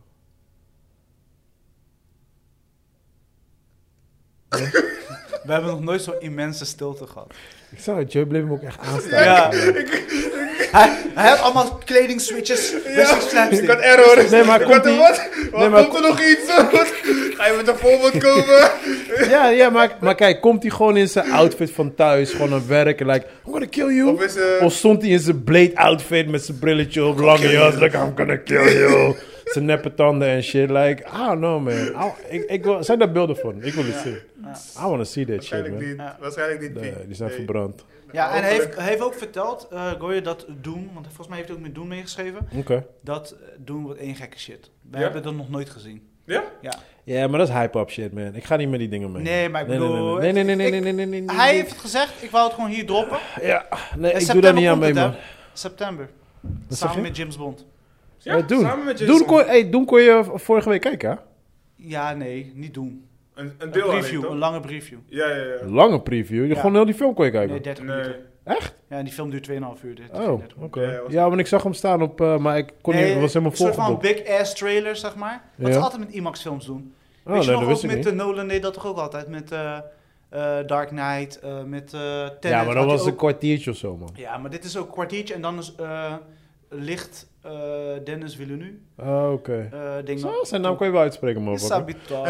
Speaker 1: We hebben nog nooit zo'n immense stilte gehad.
Speaker 3: Ik zag het, Joe bleef hem ook echt aanstaan.
Speaker 1: Ja. Hij had allemaal kledingswitches.
Speaker 2: Ik had error.
Speaker 3: Nee, maar komt
Speaker 2: er nog iets? Ga je met een voorbeeld komen?
Speaker 3: Ja, maar kijk, komt hij gewoon in zijn outfit van thuis, gewoon aan werk, like, I'm gonna kill you? Of stond hij in zijn Blade outfit met zijn brilletje op, lange jas, like, I'm gonna kill you? Zijn neppe tanden en shit, like, I don't know, man. Zijn daar beelden van? Ik wil het zien. I want to see that shit, man.
Speaker 2: Waarschijnlijk niet.
Speaker 3: Nee, die zijn verbrand.
Speaker 1: Ja, en hij heeft ook verteld, Goyer, dat Doom, want volgens mij heeft hij ook met Doom meegeschreven. Dat Doom wordt één gekke shit. Wij hebben dat nog nooit gezien.
Speaker 2: Ja?
Speaker 3: Ja, maar dat is hype-up shit, man. Ik ga niet met die dingen mee.
Speaker 1: Nee, maar ik bedoel...
Speaker 3: Nee.
Speaker 1: Hij heeft het gezegd, ik wou het gewoon hier droppen.
Speaker 3: Ja, nee, ik doe daar niet aan mee, man.
Speaker 1: September. Samen met James Bond.
Speaker 2: Ja,
Speaker 3: Doen.
Speaker 2: samen met James Bond.
Speaker 3: Doen kon je vorige week kijken, hè?
Speaker 1: Ja, nee, niet doen.
Speaker 2: Een
Speaker 1: preview, een lange preview.
Speaker 2: Ja.
Speaker 3: Lange preview? Gewoon heel die film kon je kijken?
Speaker 1: Nee, 30 minuten.
Speaker 3: Echt?
Speaker 1: Ja, en die film duurt 2,5 uur.
Speaker 3: Oké. Ja, want ik zag hem staan op... maar ik kon niet... Het was helemaal volgeboekt.
Speaker 1: Een soort van big-ass trailer, zeg maar. Wat ze altijd met IMAX films doen. Weet je nog, ook met Nolan deed dat toch ook altijd. Met Dark Knight, met Tenet.
Speaker 3: Ja, maar dat was een kwartiertje of zo, man.
Speaker 1: Ja, maar dit is ook een kwartiertje. En dan is ligt Dennis Villeneuve.
Speaker 3: Oh, oké.
Speaker 1: Ding
Speaker 3: Zo, zijn naam kan je wel uitspreken, man.
Speaker 1: Sabito.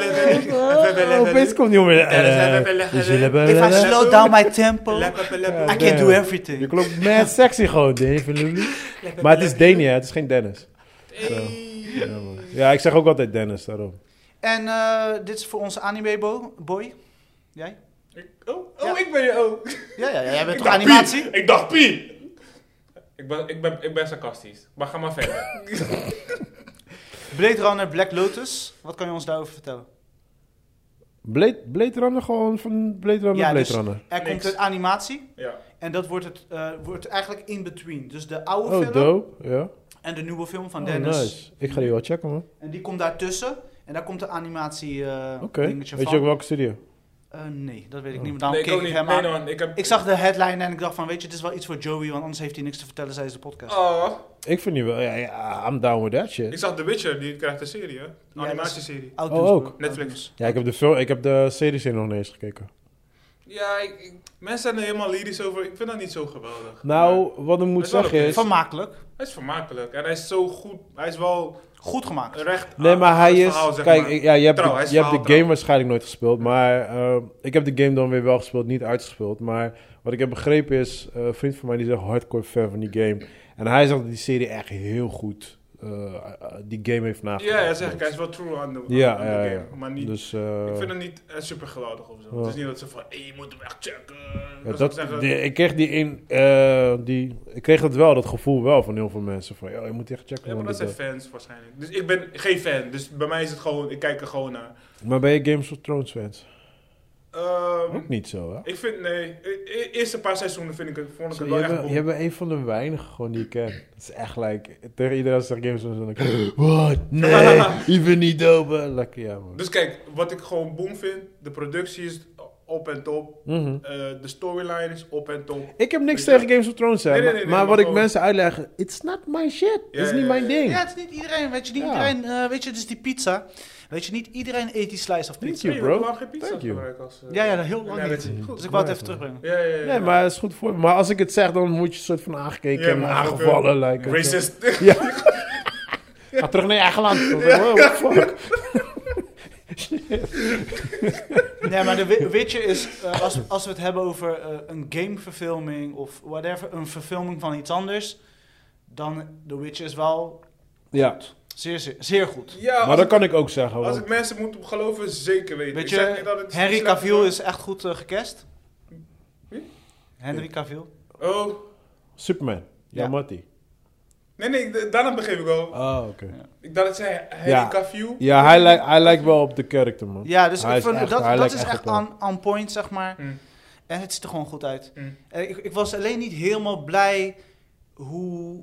Speaker 3: Opeens komt die jongen.
Speaker 1: If I slow down my tempo, I can do
Speaker 3: Je
Speaker 1: everything.
Speaker 3: klonk mad sexy gewoon, Danny Villeneuve. Maar het is Danny, hè? Het is geen Dennis. Zo. Ja, man. Ja, ik zeg ook altijd Dennis, daarom.
Speaker 1: En dit is voor onze anime boy. Jij?
Speaker 2: Ik ben je ook.
Speaker 1: Ja, jij bent
Speaker 2: Ik
Speaker 1: toch
Speaker 2: dacht
Speaker 1: animatie?
Speaker 2: Pie. Ik dacht Pie. Ik ben sarcastisch. Maar ga maar verder.
Speaker 1: Blade Runner Black Lotus. Wat kan je ons daarover vertellen?
Speaker 3: Blade Runner gewoon van Blade Runner,
Speaker 1: Ja,
Speaker 3: Blade
Speaker 1: dus
Speaker 3: Runner.
Speaker 1: er komt een animatie.
Speaker 2: Ja.
Speaker 1: En dat wordt eigenlijk in between. Dus de oude
Speaker 3: Oh,
Speaker 1: film
Speaker 3: dope. Ja.
Speaker 1: en de nieuwe film van
Speaker 3: Oh,
Speaker 1: Dennis.
Speaker 3: nice. Ik ga die wel checken, man.
Speaker 1: En die komt daartussen. En daar komt de animatie
Speaker 3: Oké.
Speaker 1: dingetje
Speaker 3: Weet
Speaker 1: van.
Speaker 3: je ook welke studio?
Speaker 1: Nee, dat weet ik
Speaker 3: Oh.
Speaker 1: niet. Maar daarom
Speaker 2: Nee, ik
Speaker 1: keek
Speaker 2: ook
Speaker 1: ik
Speaker 2: niet.
Speaker 1: hem
Speaker 2: Nee,
Speaker 1: aan.
Speaker 2: man.
Speaker 1: Ik zag de headline en ik dacht van, weet je, dit is wel iets voor Joey, want anders heeft hij niks te vertellen tijdens de podcast.
Speaker 2: Oh.
Speaker 3: Ik vind die wel... Ja, I'm down with that shit.
Speaker 2: Ik zag The Witcher, die krijgt een serie, hè? Een animatieserie.
Speaker 1: Outdoors,
Speaker 3: ook.
Speaker 1: bro.
Speaker 2: Netflix.
Speaker 3: Ja, ik heb de series nog niet eens gekeken.
Speaker 2: Ja, mensen zijn er helemaal lyrisch over. Ik vind dat niet zo geweldig.
Speaker 3: Nou, wat ik moet
Speaker 2: is wel
Speaker 3: zeggen
Speaker 2: oké.
Speaker 3: is...
Speaker 1: Vermakelijk.
Speaker 2: Hij is vermakelijk. En hij is zo goed. Hij is wel
Speaker 1: Goed gemaakt.
Speaker 2: recht
Speaker 3: Nee, maar
Speaker 2: aan
Speaker 3: hij
Speaker 2: het
Speaker 3: is...
Speaker 2: verhaal, zeg
Speaker 3: Kijk,
Speaker 2: maar.
Speaker 3: je hebt
Speaker 2: Trouw, hij is
Speaker 3: je hebt de
Speaker 2: verhaaltrouw.
Speaker 3: game waarschijnlijk nooit gespeeld. Maar ik heb de game dan weer wel gespeeld, niet uitgespeeld. Maar wat ik heb begrepen is... een vriend van mij die is echt hardcore fan van die game. En hij zegt dat die serie echt heel goed... die game heeft nagedacht.
Speaker 2: Ja, zeg ik. Hij is wel true aan de
Speaker 3: Ja,
Speaker 2: aan de
Speaker 3: ja,
Speaker 2: game.
Speaker 3: ja.
Speaker 2: Maar niet...
Speaker 3: Dus,
Speaker 2: ik vind het niet super geweldig of zo.
Speaker 3: Ja.
Speaker 2: Het is niet dat ze van, je moet hem echt checken.
Speaker 3: ja,
Speaker 2: Dat
Speaker 3: dat,
Speaker 2: ze zeggen,
Speaker 3: ik kreeg ik kreeg dat gevoel wel van heel veel mensen. Van, je moet echt checken.
Speaker 2: ja, maar
Speaker 3: man,
Speaker 2: dat zijn
Speaker 3: dit,
Speaker 2: fans waarschijnlijk. Dus ik ben geen fan. Dus bij mij is het gewoon, ik kijk er gewoon naar.
Speaker 3: Maar ben je Games of Thrones fans?
Speaker 2: Ehm,
Speaker 3: Ook niet zo, hè?
Speaker 2: ik vind, nee. Eerste paar seizoenen vond ik het wel echt
Speaker 3: Je bent een van de weinigen gewoon die ik ken. Het is echt like... Tegen iedereen als ik Games of Thrones dan denk ik... Wat? Nee, je bent niet dope. Lekker, ja, man.
Speaker 2: Dus kijk, wat ik gewoon boom vind. De productie is op en top.
Speaker 3: Mhm.
Speaker 2: De storyline is op en top.
Speaker 3: Ik heb niks
Speaker 2: Weet je-
Speaker 3: tegen Games of Thrones, hè.
Speaker 2: Nee,
Speaker 3: maar
Speaker 2: maar
Speaker 3: wat ik
Speaker 2: gewoon-
Speaker 3: mensen uitleg... It's not my shit.
Speaker 2: Ja,
Speaker 3: Het is niet
Speaker 2: ja,
Speaker 3: mijn
Speaker 2: ja.
Speaker 3: ding.
Speaker 1: Ja, het is niet iedereen. Weet je, niet
Speaker 3: Ja.
Speaker 1: iedereen... weet je, het is die pizza. Weet je, niet iedereen eet die slice of
Speaker 3: Thank
Speaker 1: pizza.
Speaker 3: you,
Speaker 2: Nee,
Speaker 3: bro.
Speaker 2: we gaan geen pizza
Speaker 3: Thank you.
Speaker 2: gebruiken als...
Speaker 1: Ja, heel lang
Speaker 2: dat
Speaker 1: niet.
Speaker 2: is goed.
Speaker 1: Dus ik wou het even
Speaker 3: Nice,
Speaker 1: terugbrengen.
Speaker 2: Ja.
Speaker 3: Nee, maar het is goed voor je. Maar als ik het zeg, dan moet je soort van aangekeken
Speaker 2: Ja,
Speaker 3: en
Speaker 2: maar
Speaker 3: aangevallen.
Speaker 2: ook,
Speaker 3: Like,
Speaker 2: racist.
Speaker 3: Ja. Ga terug naar je eigen land. Wow, fuck.
Speaker 1: Nee, maar de Witcher is... als we het hebben over een gameverfilming of whatever, een verfilming van iets anders, dan The Witcher is wel
Speaker 3: Ja,
Speaker 1: zeer goed.
Speaker 2: Ja,
Speaker 3: maar
Speaker 2: als,
Speaker 3: dat kan ik ook zeggen.
Speaker 2: als
Speaker 3: want-
Speaker 2: ik mensen moet geloven, zeker weten.
Speaker 1: Weet
Speaker 2: Ik zeg
Speaker 1: je,
Speaker 2: niet dat het
Speaker 1: Henry
Speaker 2: slecht
Speaker 1: Cavill is echt goed gecast.
Speaker 2: Wie?
Speaker 1: Henry Cavill.
Speaker 2: Oh,
Speaker 3: Superman. Ja,
Speaker 1: Ja.
Speaker 3: Matty.
Speaker 2: nee, daarna begreep ik wel.
Speaker 3: Oh, oké.
Speaker 2: Ik dacht het zei Henry
Speaker 3: Ja.
Speaker 2: Cavill.
Speaker 3: Ja, hij lijkt wel op de character, man.
Speaker 1: Ja, dus
Speaker 3: Hij
Speaker 1: ik
Speaker 3: is
Speaker 1: vind,
Speaker 3: echt-
Speaker 1: dat
Speaker 3: hij lijkt
Speaker 1: is
Speaker 3: echt
Speaker 1: echt
Speaker 3: op hem.
Speaker 1: on point, zeg maar.
Speaker 2: Mm.
Speaker 1: En het ziet er gewoon goed uit.
Speaker 2: Mm.
Speaker 1: Ik was alleen niet helemaal blij hoe...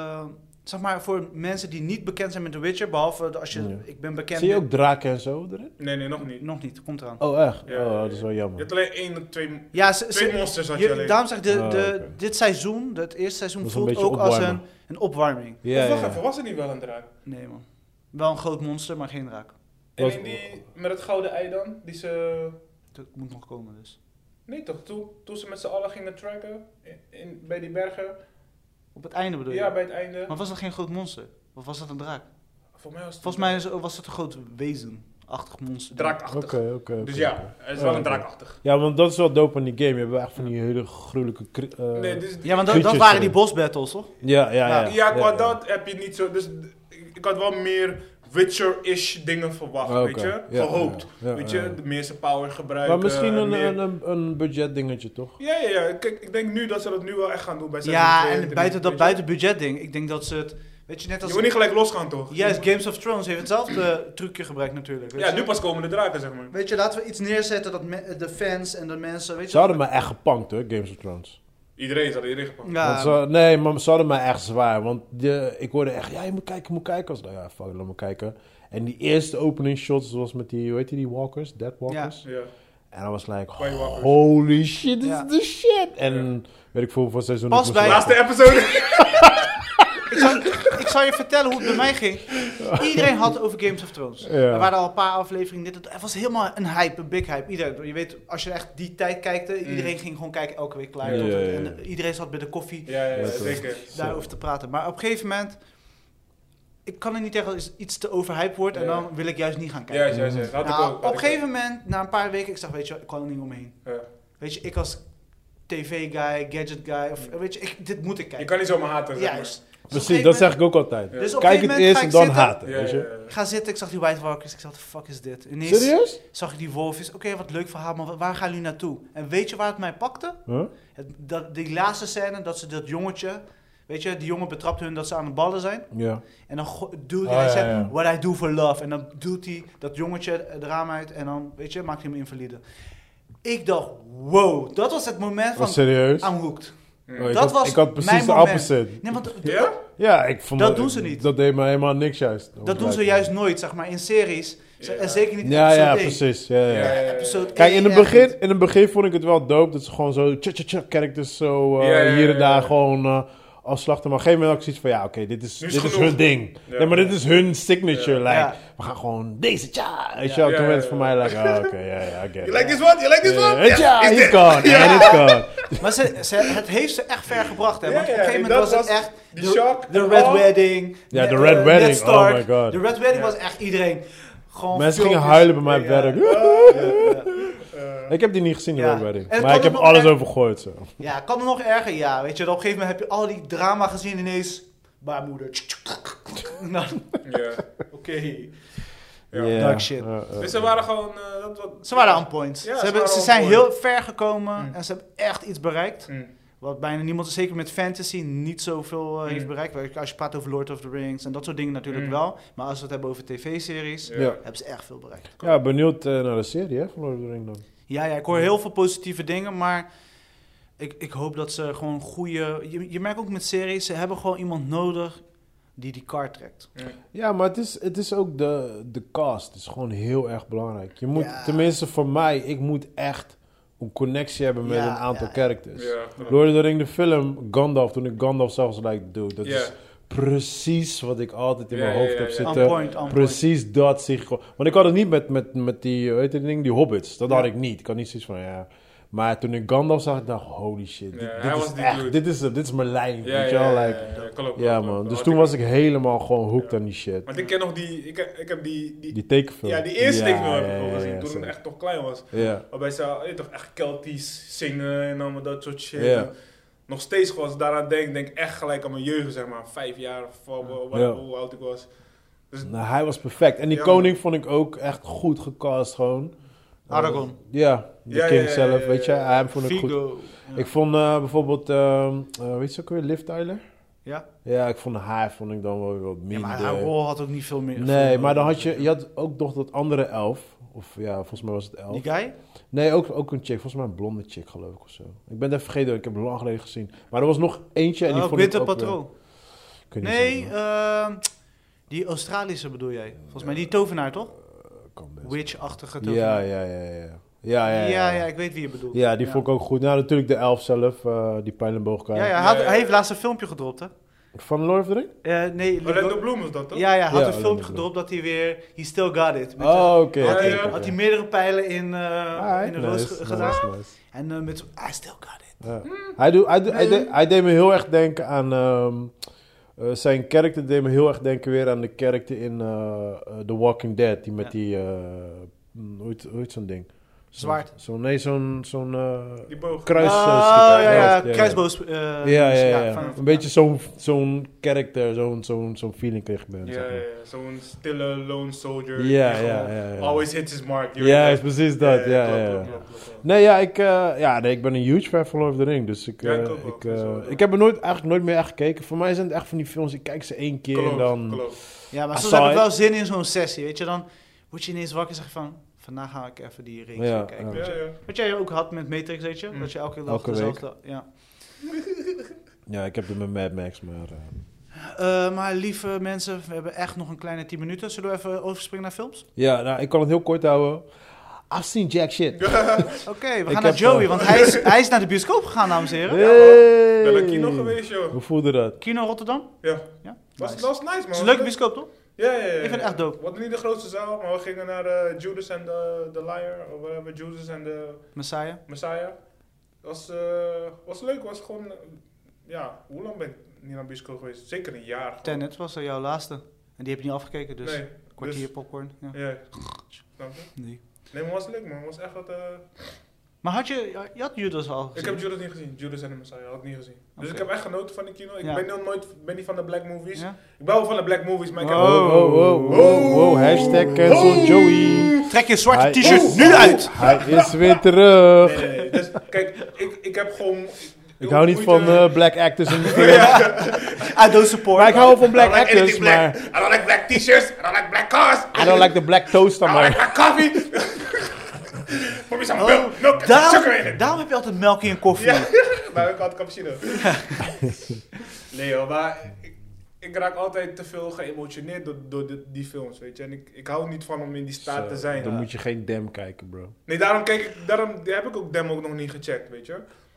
Speaker 1: zeg maar, voor mensen die niet bekend zijn met The Witcher, behalve als je...
Speaker 3: Ja.
Speaker 1: Ik ben bekend
Speaker 3: Zie je
Speaker 1: met-
Speaker 3: ook draken en zo erin?
Speaker 2: Nee, nog niet.
Speaker 1: Nog niet, komt eraan.
Speaker 3: Oh, echt?
Speaker 2: Ja,
Speaker 3: Oh,
Speaker 2: ja,
Speaker 3: dat is wel
Speaker 2: Je
Speaker 3: jammer.
Speaker 2: hebt alleen 1 of 2
Speaker 1: Ja,
Speaker 2: monsters had je alleen.
Speaker 1: daarom zeg ik,
Speaker 3: Oh, oké.
Speaker 1: dit seizoen, het eerste seizoen,
Speaker 3: Dat is een
Speaker 1: voelt
Speaker 3: beetje
Speaker 1: ook als
Speaker 3: opwarmen.
Speaker 1: een opwarming.
Speaker 3: Ja,
Speaker 2: Of wacht
Speaker 3: ja.
Speaker 2: even, was er niet wel een draak?
Speaker 1: Nee, man. Wel een groot monster, maar geen draak.
Speaker 2: En
Speaker 3: Was-
Speaker 2: in die, met het gouden ei dan? Die ze...
Speaker 1: Dat moet nog komen, dus.
Speaker 2: Nee toch, toen ze met z'n allen gingen tracken bij die bergen.
Speaker 1: Op het einde bedoel je?
Speaker 2: Ja, bij het einde.
Speaker 1: Maar was dat geen groot monster? Of was dat een draak?
Speaker 2: Volgens mij was het
Speaker 1: Volgens mij was het een groot wezenachtig monster.
Speaker 2: draakachtig.
Speaker 3: Oké.
Speaker 2: Dus ja, het is wel een draakachtig.
Speaker 3: Ja, want dat is wel dope aan die game. Je hebt wel echt van die hele gruwelijke...
Speaker 2: Nee, dus,
Speaker 1: Ja, want dat
Speaker 3: Creatures
Speaker 1: waren
Speaker 3: erin.
Speaker 1: die boss battles, toch?
Speaker 3: Ja.
Speaker 2: ja, qua dat heb je niet zo. Dus ik had wel meer Witcher-ish dingen verwacht,
Speaker 3: Oké.
Speaker 2: weet je?
Speaker 3: Ja,
Speaker 2: Gehoopt.
Speaker 3: ja,
Speaker 2: Weet
Speaker 3: ja.
Speaker 2: je, de meer zijn power gebruiken.
Speaker 3: Maar misschien
Speaker 2: meer-
Speaker 3: een budget dingetje, toch?
Speaker 2: Ja. Kijk, ik denk nu dat ze dat nu wel echt gaan doen bij
Speaker 1: Ja,
Speaker 2: seizoen 2
Speaker 1: en
Speaker 2: drie,
Speaker 1: buiten dat
Speaker 2: weet je?
Speaker 1: buitenbudget ding. Ik denk dat ze het... Weet je, net
Speaker 2: Je
Speaker 1: als...
Speaker 2: moet niet gelijk losgaan, toch?
Speaker 1: Yes, Games of Thrones heeft hetzelfde trucje gebruikt natuurlijk. Weet
Speaker 2: Ja,
Speaker 1: je?
Speaker 2: nu pas komen de draken, zeg maar.
Speaker 1: Weet je, laten we iets neerzetten dat de fans en de mensen... Weet je,
Speaker 3: Ze hadden mij echt gepakt, hoor, Games of Thrones.
Speaker 2: Iedereen had iedereen gepakt.
Speaker 1: Ja,
Speaker 3: Nee, maar ze hadden mij echt zwaar. Want ik hoorde echt, ja, je moet kijken. Als, nou ja, fuck, laat me kijken. En die eerste opening shots was met die, hoe heet die walkers? Dead walkers?
Speaker 2: Ja.
Speaker 3: En I was like,
Speaker 2: White Walkers.
Speaker 3: holy shit, this
Speaker 1: Ja.
Speaker 3: is the shit. En weet ik veel hoeveel seizoen
Speaker 1: Pas
Speaker 3: ik moest
Speaker 1: bij-
Speaker 3: wachten.
Speaker 2: Laatste episode.
Speaker 1: Ik zal je vertellen hoe het bij mij ging. Iedereen had het over Games of Thrones.
Speaker 3: Ja.
Speaker 1: Er waren al een paar afleveringen. Het was helemaal een hype, een big hype. Iedereen, je weet, als je echt die tijd kijkt, iedereen ging gewoon kijken elke week klaar.
Speaker 3: Ja, ja.
Speaker 1: En iedereen zat bij de koffie
Speaker 2: Ja, zeker.
Speaker 1: daarover te praten. Maar op een gegeven moment, ik kan er niet tegen als iets te overhyped wordt en dan wil ik juist niet gaan kijken.
Speaker 2: Juist. Had ik
Speaker 1: Nou,
Speaker 2: ook.
Speaker 1: op een gegeven moment, na een paar weken, ik zag, weet je, ik kan er niet omheen.
Speaker 2: Ja.
Speaker 1: Weet je, ik als tv-guy, gadget-guy, of weet je, dit moet ik kijken.
Speaker 2: Je kan niet zomaar haten. zeg maar.
Speaker 1: Juist.
Speaker 3: Precies, dat zeg ik ook altijd.
Speaker 2: Ja.
Speaker 1: Dus op
Speaker 3: Kijk
Speaker 1: een
Speaker 3: het
Speaker 1: gegeven
Speaker 3: eerst en
Speaker 1: moment
Speaker 3: dan
Speaker 1: ga ik zitten.
Speaker 3: haten. Weet je?
Speaker 1: Ik ga zitten, ik zag die White Walkers, ik zag, what the fuck is dit? Ineens
Speaker 3: Serieus?
Speaker 1: zag ik die wolfjes, oké, wat leuk verhaal, maar waar gaan jullie naartoe? En weet je waar het mij pakte?
Speaker 3: Huh?
Speaker 1: Die laatste scène, dat ze dat jongetje, weet je, die jongen betrapt hun dat ze aan het ballen zijn.
Speaker 3: Ja.
Speaker 1: En dan duwt hij,
Speaker 3: ja,
Speaker 1: zegt,
Speaker 3: ja.
Speaker 1: what I do for love. En dan duwt hij dat jongetje het raam uit en dan, weet je, maakt hij hem invalide. Ik dacht, wow, dat was het moment van,
Speaker 3: Was serieus?
Speaker 1: I'm hooked.
Speaker 3: Oh,
Speaker 1: Dat
Speaker 3: ik had precies de opposite.
Speaker 1: Nee, want
Speaker 2: Ja?
Speaker 3: Ja, ik vond
Speaker 1: Dat doen ze niet.
Speaker 3: Dat deed me helemaal niks juist.
Speaker 1: dat doen ze juist nooit, zeg maar, in series.
Speaker 2: Ja.
Speaker 1: En zeker niet in
Speaker 3: Ja,
Speaker 1: episode
Speaker 3: ja,
Speaker 1: 1.
Speaker 3: precies. Ja.
Speaker 1: Episode
Speaker 3: Kijk,
Speaker 1: 1
Speaker 3: in
Speaker 1: echt
Speaker 3: het begin vond ik het wel dope dat ze gewoon zo characters zo hier en daar gewoon afslachten. Maar op een gegeven moment had ik zoiets van, ja, oké, dit is
Speaker 2: genoeg.
Speaker 3: hun ding.
Speaker 2: Ja.
Speaker 3: Nee, maar dit is hun signature. Like,
Speaker 1: Ja.
Speaker 3: we gaan gewoon deze, weet je
Speaker 1: Ja.
Speaker 3: wel. Toen werd het voor mij like, oké, I get
Speaker 2: You
Speaker 3: it.
Speaker 2: like this one? You like this one?
Speaker 3: Ja,
Speaker 2: Is
Speaker 3: he's
Speaker 2: dit?
Speaker 3: gone. And it's gone.
Speaker 1: Maar het heeft ze echt ver gebracht, hè?
Speaker 2: Ja,
Speaker 1: Want op
Speaker 2: ja,
Speaker 1: een gegeven
Speaker 2: dat
Speaker 1: moment was het
Speaker 2: was
Speaker 1: echt
Speaker 2: die shock,
Speaker 1: de
Speaker 2: de
Speaker 1: Red
Speaker 2: awe.
Speaker 1: Wedding.
Speaker 3: Ja, de
Speaker 1: Ned-
Speaker 3: Red Wedding,
Speaker 1: Ned Stark.
Speaker 3: oh my god.
Speaker 1: De Red Wedding was echt iedereen gewoon
Speaker 3: Mensen gingen
Speaker 1: filmpjes.
Speaker 3: huilen bij mij op
Speaker 1: Ja,
Speaker 3: werk.
Speaker 1: ja.
Speaker 3: Ik heb die niet gezien, de
Speaker 1: Ja.
Speaker 3: Red Wedding.
Speaker 1: En het
Speaker 3: Maar
Speaker 1: kan
Speaker 3: ik heb
Speaker 1: er nog
Speaker 3: alles
Speaker 1: echt-
Speaker 3: over gegooid, zo.
Speaker 1: Ja, kan er nog erger? Ja, weet je, op een gegeven moment heb je al die drama gezien ineens. Baarmoeder. En dan,
Speaker 2: Ja.
Speaker 1: oké.
Speaker 2: Ja.
Speaker 1: Dark shit.
Speaker 2: Dus ze waren gewoon...
Speaker 1: Ze waren on point.
Speaker 2: Ja,
Speaker 1: ze
Speaker 2: waren
Speaker 1: ze
Speaker 2: on
Speaker 1: zijn
Speaker 2: point.
Speaker 1: heel ver gekomen en ze hebben echt iets bereikt.
Speaker 2: Mm.
Speaker 1: Wat bijna niemand, zeker met fantasy, niet zoveel heeft bereikt. Als je praat over Lord of the Rings en dat soort dingen natuurlijk wel. Maar als we het hebben over tv-series,
Speaker 2: Ja.
Speaker 3: Ja.
Speaker 1: hebben ze echt veel bereikt.
Speaker 3: Ja, benieuwd naar de serie, hè, van Lord of the Rings dan.
Speaker 1: Ja, ik hoor heel veel positieve dingen, maar ik hoop dat ze gewoon goede... Je merkt ook met series, ze hebben gewoon iemand nodig die kaart trekt.
Speaker 3: Ja, maar het is ook de cast. Het is gewoon heel erg belangrijk. Je moet,
Speaker 1: Ja.
Speaker 3: tenminste voor mij, ik moet echt een connectie hebben met
Speaker 1: Ja,
Speaker 3: een aantal
Speaker 1: ja.
Speaker 3: characters.
Speaker 2: Ja.
Speaker 3: Lord of the Rings, de film, Gandalf, toen ik Gandalf zag, was ik like, dude, dat
Speaker 2: Ja.
Speaker 3: is precies wat ik altijd in
Speaker 2: Ja,
Speaker 3: mijn
Speaker 2: ja,
Speaker 3: hoofd
Speaker 2: ja,
Speaker 3: heb
Speaker 2: ja.
Speaker 3: zitten.
Speaker 1: On point, on point.
Speaker 3: Precies dat zie ik gewoon. Want ik had het niet met die, hoe heet dat ding, die hobbits. Dat had ik niet. Ik had niet zoiets van, ja. Maar toen ik Gandalf zag, ik dacht, holy shit.
Speaker 2: Ja, hij
Speaker 3: dit
Speaker 2: was
Speaker 3: is
Speaker 2: die
Speaker 3: echt,
Speaker 2: dude.
Speaker 3: dit is mijn lijn,
Speaker 2: Ja,
Speaker 3: weet je wel. Like,
Speaker 2: klopt.
Speaker 3: ja man, dus toen was ik helemaal gewoon hooked aan die shit.
Speaker 2: Want ik ken nog die... Ik heb die
Speaker 3: Die tekenfilm.
Speaker 2: ja, die eerste tekenfilm heb ik
Speaker 3: ja,
Speaker 2: gewoon
Speaker 3: ja,
Speaker 2: gezien.
Speaker 3: ja,
Speaker 2: Toen
Speaker 3: zo.
Speaker 2: ik echt nog klein was.
Speaker 3: Ja.
Speaker 2: Waarbij ze toch echt Keltisch zingen en allemaal dat soort shit.
Speaker 3: Ja.
Speaker 2: En nog steeds gewoon, als ik daaraan denk echt gelijk aan mijn jeugd, zeg maar. 5 jaar of hoe oud ik was. Dus,
Speaker 3: Nou, hij was perfect. En die
Speaker 2: Ja,
Speaker 3: koning vond ik ook echt goed gecast gewoon.
Speaker 1: Aragorn.
Speaker 3: Ja, de
Speaker 2: Ja,
Speaker 3: king
Speaker 2: ja,
Speaker 3: zelf,
Speaker 2: ja,
Speaker 3: weet je.
Speaker 2: ja.
Speaker 3: Hij vond ik goed.
Speaker 1: Vigo. Ja.
Speaker 3: Ik vond bijvoorbeeld, weet je ook weer, Liv Tyler?
Speaker 1: Ja?
Speaker 3: Ja, ik vond haar vond ik dan wel weer wat
Speaker 1: Ja,
Speaker 3: minder.
Speaker 1: maar haar rol had ook niet veel meer.
Speaker 3: Nee,
Speaker 1: veel
Speaker 3: maar dan
Speaker 1: nodig.
Speaker 3: je had ook nog dat andere elf. Of ja, volgens mij was het elf.
Speaker 1: Die guy?
Speaker 3: Nee, ook een chick. Volgens mij een blonde chick, geloof ik, of zo. Ik ben het even vergeten, ik heb het lang geleden gezien. Maar er was nog eentje en die vond ik
Speaker 1: Winter
Speaker 3: ook wel-
Speaker 1: Patrol.
Speaker 3: Ik weet niet
Speaker 1: Nee,
Speaker 3: zeker.
Speaker 1: die Australische bedoel jij. Volgens mij die tovenaar, toch?
Speaker 3: Kan best.
Speaker 1: Witch-achtige
Speaker 3: Ja,
Speaker 1: tovenaar.
Speaker 3: ja. Ja,
Speaker 1: Ik weet wie je bedoelt.
Speaker 3: Ja, die vond ik ook goed. Nou, natuurlijk de elf zelf, die pijlenboogkaart.
Speaker 1: Ja,
Speaker 2: Ja, ja.
Speaker 1: hij heeft laatst een filmpje gedropt, hè?
Speaker 3: Van Lord of the Ring?
Speaker 1: Nee,
Speaker 2: Orlando Bloom was dat, toch?
Speaker 1: Ja, hij had
Speaker 3: Ja,
Speaker 1: een
Speaker 3: Orlando
Speaker 1: filmpje
Speaker 3: Bloom.
Speaker 1: gedropt dat hij weer... He still got it. Met
Speaker 3: Oh, oké.
Speaker 2: Ja,
Speaker 3: oké,
Speaker 2: ja.
Speaker 3: oké.
Speaker 1: had hij meerdere pijlen in
Speaker 3: Alright,
Speaker 1: de roos
Speaker 3: nice,
Speaker 1: gedaan.
Speaker 3: nice.
Speaker 1: En met I still got it.
Speaker 3: Ja. Hij deed me heel erg denken aan... zijn karakter deed me heel erg denken weer aan de karakter in The Walking Dead. Die met die... hoe heet zo'n ding?
Speaker 1: Zwaard.
Speaker 3: Zo'n
Speaker 2: Die boog.
Speaker 3: kruis...
Speaker 1: ja, kruisboos.
Speaker 3: Ja.
Speaker 1: van-
Speaker 3: Een beetje zo'n karakter, zo'n feeling kreeg ik bij hem.
Speaker 2: Ja,
Speaker 3: zeg maar.
Speaker 2: ja, zo'n stille lone soldier.
Speaker 3: Ja,
Speaker 2: die
Speaker 3: ja,
Speaker 2: gewoon
Speaker 3: ja, ja.
Speaker 2: Always hits his mark.
Speaker 3: Ja, is precies dat. Ja,
Speaker 2: klopt.
Speaker 3: Nee, ja, ik ben een huge fan van Lord of the Ring. Dus ik
Speaker 2: Ja, ik ook wel.
Speaker 3: ik heb er eigenlijk nooit meer echt gekeken. Voor mij zijn het echt van die films, ik kijk ze 1 keer en dan...
Speaker 1: Ja, maar
Speaker 3: I
Speaker 1: soms
Speaker 3: saw
Speaker 1: heb ik
Speaker 3: it.
Speaker 1: wel zin in zo'n sessie, weet je. Dan word je ineens wakker en zeg je van... Vandaag ga ik even die reeks
Speaker 3: Ja,
Speaker 1: kijken.
Speaker 3: ja.
Speaker 1: weet je.
Speaker 2: Ja.
Speaker 1: Wat jij ook had met Matrix, weet je. Dat je elke dag
Speaker 3: Elke
Speaker 1: dezelfde... Ja.
Speaker 3: Ja, ik heb het met Mad Max, maar...
Speaker 1: Maar lieve mensen, we hebben echt nog een kleine 10 minuten. Zullen we even overspringen naar films?
Speaker 3: Ja, nou, ik kan het heel kort houden. I've seen jack shit.
Speaker 1: Oké, we gaan naar
Speaker 3: heb,
Speaker 1: Joey, want hij is naar de bioscoop gegaan, dames en heren.
Speaker 3: Hey.
Speaker 2: Ik ben naar kino geweest, joh.
Speaker 3: Hoe voelde dat?
Speaker 1: Kino Rotterdam.
Speaker 2: Ja.
Speaker 1: Ja?
Speaker 2: Dat
Speaker 1: Nice.
Speaker 2: was nice, man.
Speaker 1: Het is een leuke bioscoop, toch?
Speaker 2: Ja.
Speaker 1: Ik vind het echt dope.
Speaker 2: We hadden niet de grootste zaal, maar we gingen naar Judas and the Liar, of whatever, Judas and the
Speaker 1: Messiah.
Speaker 2: Messiah. Was leuk, was gewoon, hoe lang ben ik niet naar bioscoop geweest? Zeker een jaar. gewoon.
Speaker 1: Tenet was jouw laatste. En die heb je niet afgekeken, dus
Speaker 2: Nee,
Speaker 1: kwartier
Speaker 2: dus-
Speaker 1: popcorn. Ja.
Speaker 2: ja. Snap je?
Speaker 1: Nee.
Speaker 2: Nee, maar was leuk, man. Was echt wat...
Speaker 1: Maar je had Judas al gezien?
Speaker 2: Ik heb Judas niet gezien. Judas and the Messiah had ik niet gezien. Dus
Speaker 1: Oké.
Speaker 2: ik heb echt genoten van die kino. Ik
Speaker 1: Ja.
Speaker 2: ben niet van de black movies.
Speaker 1: Ja?
Speaker 2: Ik ben wel van de black movies, maar ik heb...
Speaker 3: Wow. Hashtag cancel Joey.
Speaker 1: Trek je zwarte
Speaker 3: Hij-
Speaker 1: t-shirt nu uit!
Speaker 3: Hij is weer terug.
Speaker 2: Nee. Dus kijk, ik heb gewoon...
Speaker 3: Ik hou niet van black actors in de film.
Speaker 1: I don't support.
Speaker 3: Maar ik hou van black
Speaker 2: I don't like
Speaker 3: actors,
Speaker 2: anything
Speaker 3: maar...
Speaker 2: black. I don't like black t-shirts. I don't like black cars.
Speaker 3: I don't like the black toaster,
Speaker 2: I don't like
Speaker 3: maar...
Speaker 2: black coffee. Put me some milk and sugar in it.
Speaker 1: Daarom heb je altijd melk in koffie.
Speaker 2: Ja, maar ik had cappuccino. Nee joh, maar ik raak altijd te veel geëmotioneerd door die films, weet je. En ik hou niet van om in die staat te zijn.
Speaker 3: Dan moet je geen Dem kijken, bro.
Speaker 2: Nee, daarom heb ik ook Dem ook nog niet gecheckt, weet je.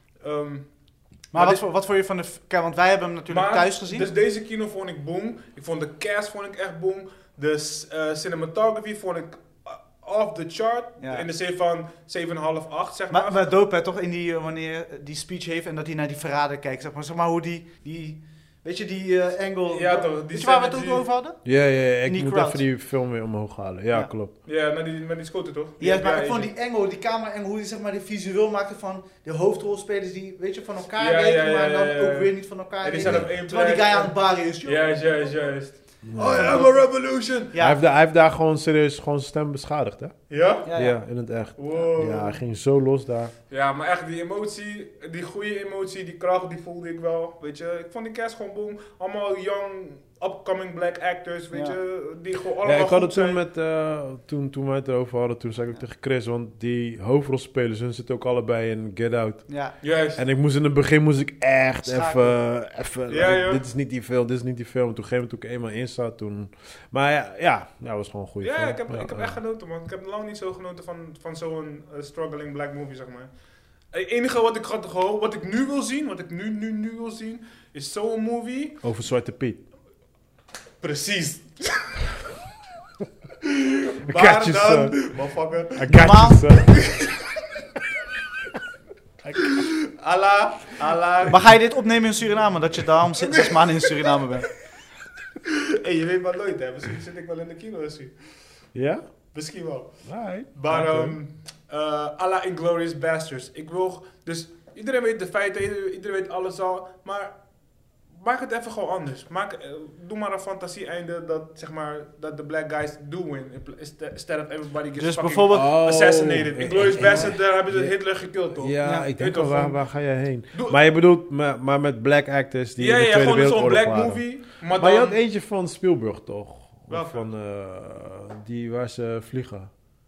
Speaker 1: Maar
Speaker 2: dit-
Speaker 1: wat vond je van de... Kijk, want wij hebben hem natuurlijk thuis gezien.
Speaker 2: Dus deze kino vond ik boom. Ik vond de cast vond ik echt boom. De cinematography vond ik off the chart.
Speaker 1: Ja.
Speaker 2: In de zin van 7,5, 8 zeg maar.
Speaker 1: Maar dope hè, toch? In die, wanneer die speech heeft en dat hij naar die verrader kijkt. Zeg maar hoe die weet je, die angle...
Speaker 2: Ja, toch, die
Speaker 1: Weet je waar we het
Speaker 2: scène
Speaker 1: ook over hadden?
Speaker 3: Ja,
Speaker 1: In
Speaker 3: ik
Speaker 1: die
Speaker 3: moet
Speaker 1: crowd.
Speaker 3: even die film weer omhoog halen. Ja,
Speaker 1: Ja.
Speaker 3: klopt.
Speaker 2: Ja, met die scooter toch?
Speaker 1: Ja, maar ik vond die angle, die camera-angle, hoe die zeg maar die visueel maakte van de hoofdrolspelers die, weet je, van elkaar
Speaker 2: Ja,
Speaker 1: weten,
Speaker 2: ja,
Speaker 1: maar dan
Speaker 2: ja.
Speaker 1: ook weer niet van elkaar
Speaker 2: En die
Speaker 1: weten.
Speaker 2: staat op één
Speaker 1: Terwijl die
Speaker 2: plek.
Speaker 1: guy aan het bar is. joh.
Speaker 2: Juist.
Speaker 3: Ja.
Speaker 2: I am a revolution!
Speaker 1: Ja.
Speaker 3: Hij heeft daar gewoon serieus gewoon zijn stem beschadigd, hè?
Speaker 2: Ja?
Speaker 1: Ja.
Speaker 3: In het echt.
Speaker 2: Wow.
Speaker 3: Ja, hij ging zo los daar.
Speaker 2: Ja, maar echt die emotie, die goede emotie, die kracht, die voelde ik wel. Weet je, ik vond die cast gewoon boom. Allemaal young, upcoming black actors, weet
Speaker 1: Ja.
Speaker 2: je, die gewoon allemaal
Speaker 3: Ja, ik had
Speaker 2: goed
Speaker 3: het toen
Speaker 2: zijn.
Speaker 3: toen wij het erover hadden, toen zei ik ook tegen Chris, want die hoofdrolspelers, hun zitten ook allebei in Get Out.
Speaker 1: Ja.
Speaker 2: Juist.
Speaker 3: En in het begin echt
Speaker 1: Schakelen.
Speaker 3: even,
Speaker 2: Ja,
Speaker 3: like,
Speaker 2: joh.
Speaker 3: dit is niet die film. Toen op een gegeven moment toen ik eenmaal in zat, toen... Maar ja, was gewoon een goede
Speaker 2: Ja,
Speaker 3: film.
Speaker 2: ik heb echt genoten, man. Ik heb lang niet zo genoten van zo'n struggling black movie, zeg maar. Het enige wat ik nu wil zien, wat ik nu wil zien, is zo'n movie.
Speaker 3: Over Zwarte Piet.
Speaker 2: Precies.
Speaker 3: I
Speaker 2: Maar
Speaker 3: got you,
Speaker 2: dan,
Speaker 3: son.
Speaker 2: motherfucker,
Speaker 3: I got
Speaker 1: Normaal-
Speaker 3: you, son.
Speaker 2: Allah.
Speaker 1: Maar ga je dit opnemen in Suriname, dat je daarom 6 maanden in Suriname bent?
Speaker 2: Hey, je weet maar nooit, hè. Misschien zit ik wel in de kino misschien.
Speaker 3: Ja?
Speaker 2: Misschien wel.
Speaker 3: Alright.
Speaker 2: Maar,
Speaker 3: Oké.
Speaker 2: Allah Inglourious Basterds. Ik wil, dus iedereen weet de feiten, iedereen weet alles al, maar maak het even gewoon anders. Doe maar een fantasie-einde dat, zeg maar, dat de black guys do win, instead of everybody gets
Speaker 1: Dus
Speaker 2: fucking
Speaker 1: bijvoorbeeld...
Speaker 2: assassinated. Inglourious Basterds, daar hebben ze
Speaker 3: ja.
Speaker 2: Hitler gekild, toch?
Speaker 3: Ja,
Speaker 1: Ja.
Speaker 3: ik denk
Speaker 2: Weet
Speaker 3: al,
Speaker 2: toch, gewoon-
Speaker 3: waar ga jij heen?
Speaker 2: Doe-
Speaker 3: Maar je bedoelt, maar met black actors die in de Tweede
Speaker 2: gewoon zo'n
Speaker 3: Wereldoorlog
Speaker 2: black
Speaker 3: waren.
Speaker 2: movie, maar
Speaker 3: Maar
Speaker 2: dan...
Speaker 3: je had eentje van Spielberg, toch? Of
Speaker 2: Welke?
Speaker 3: van die waar ze vliegen.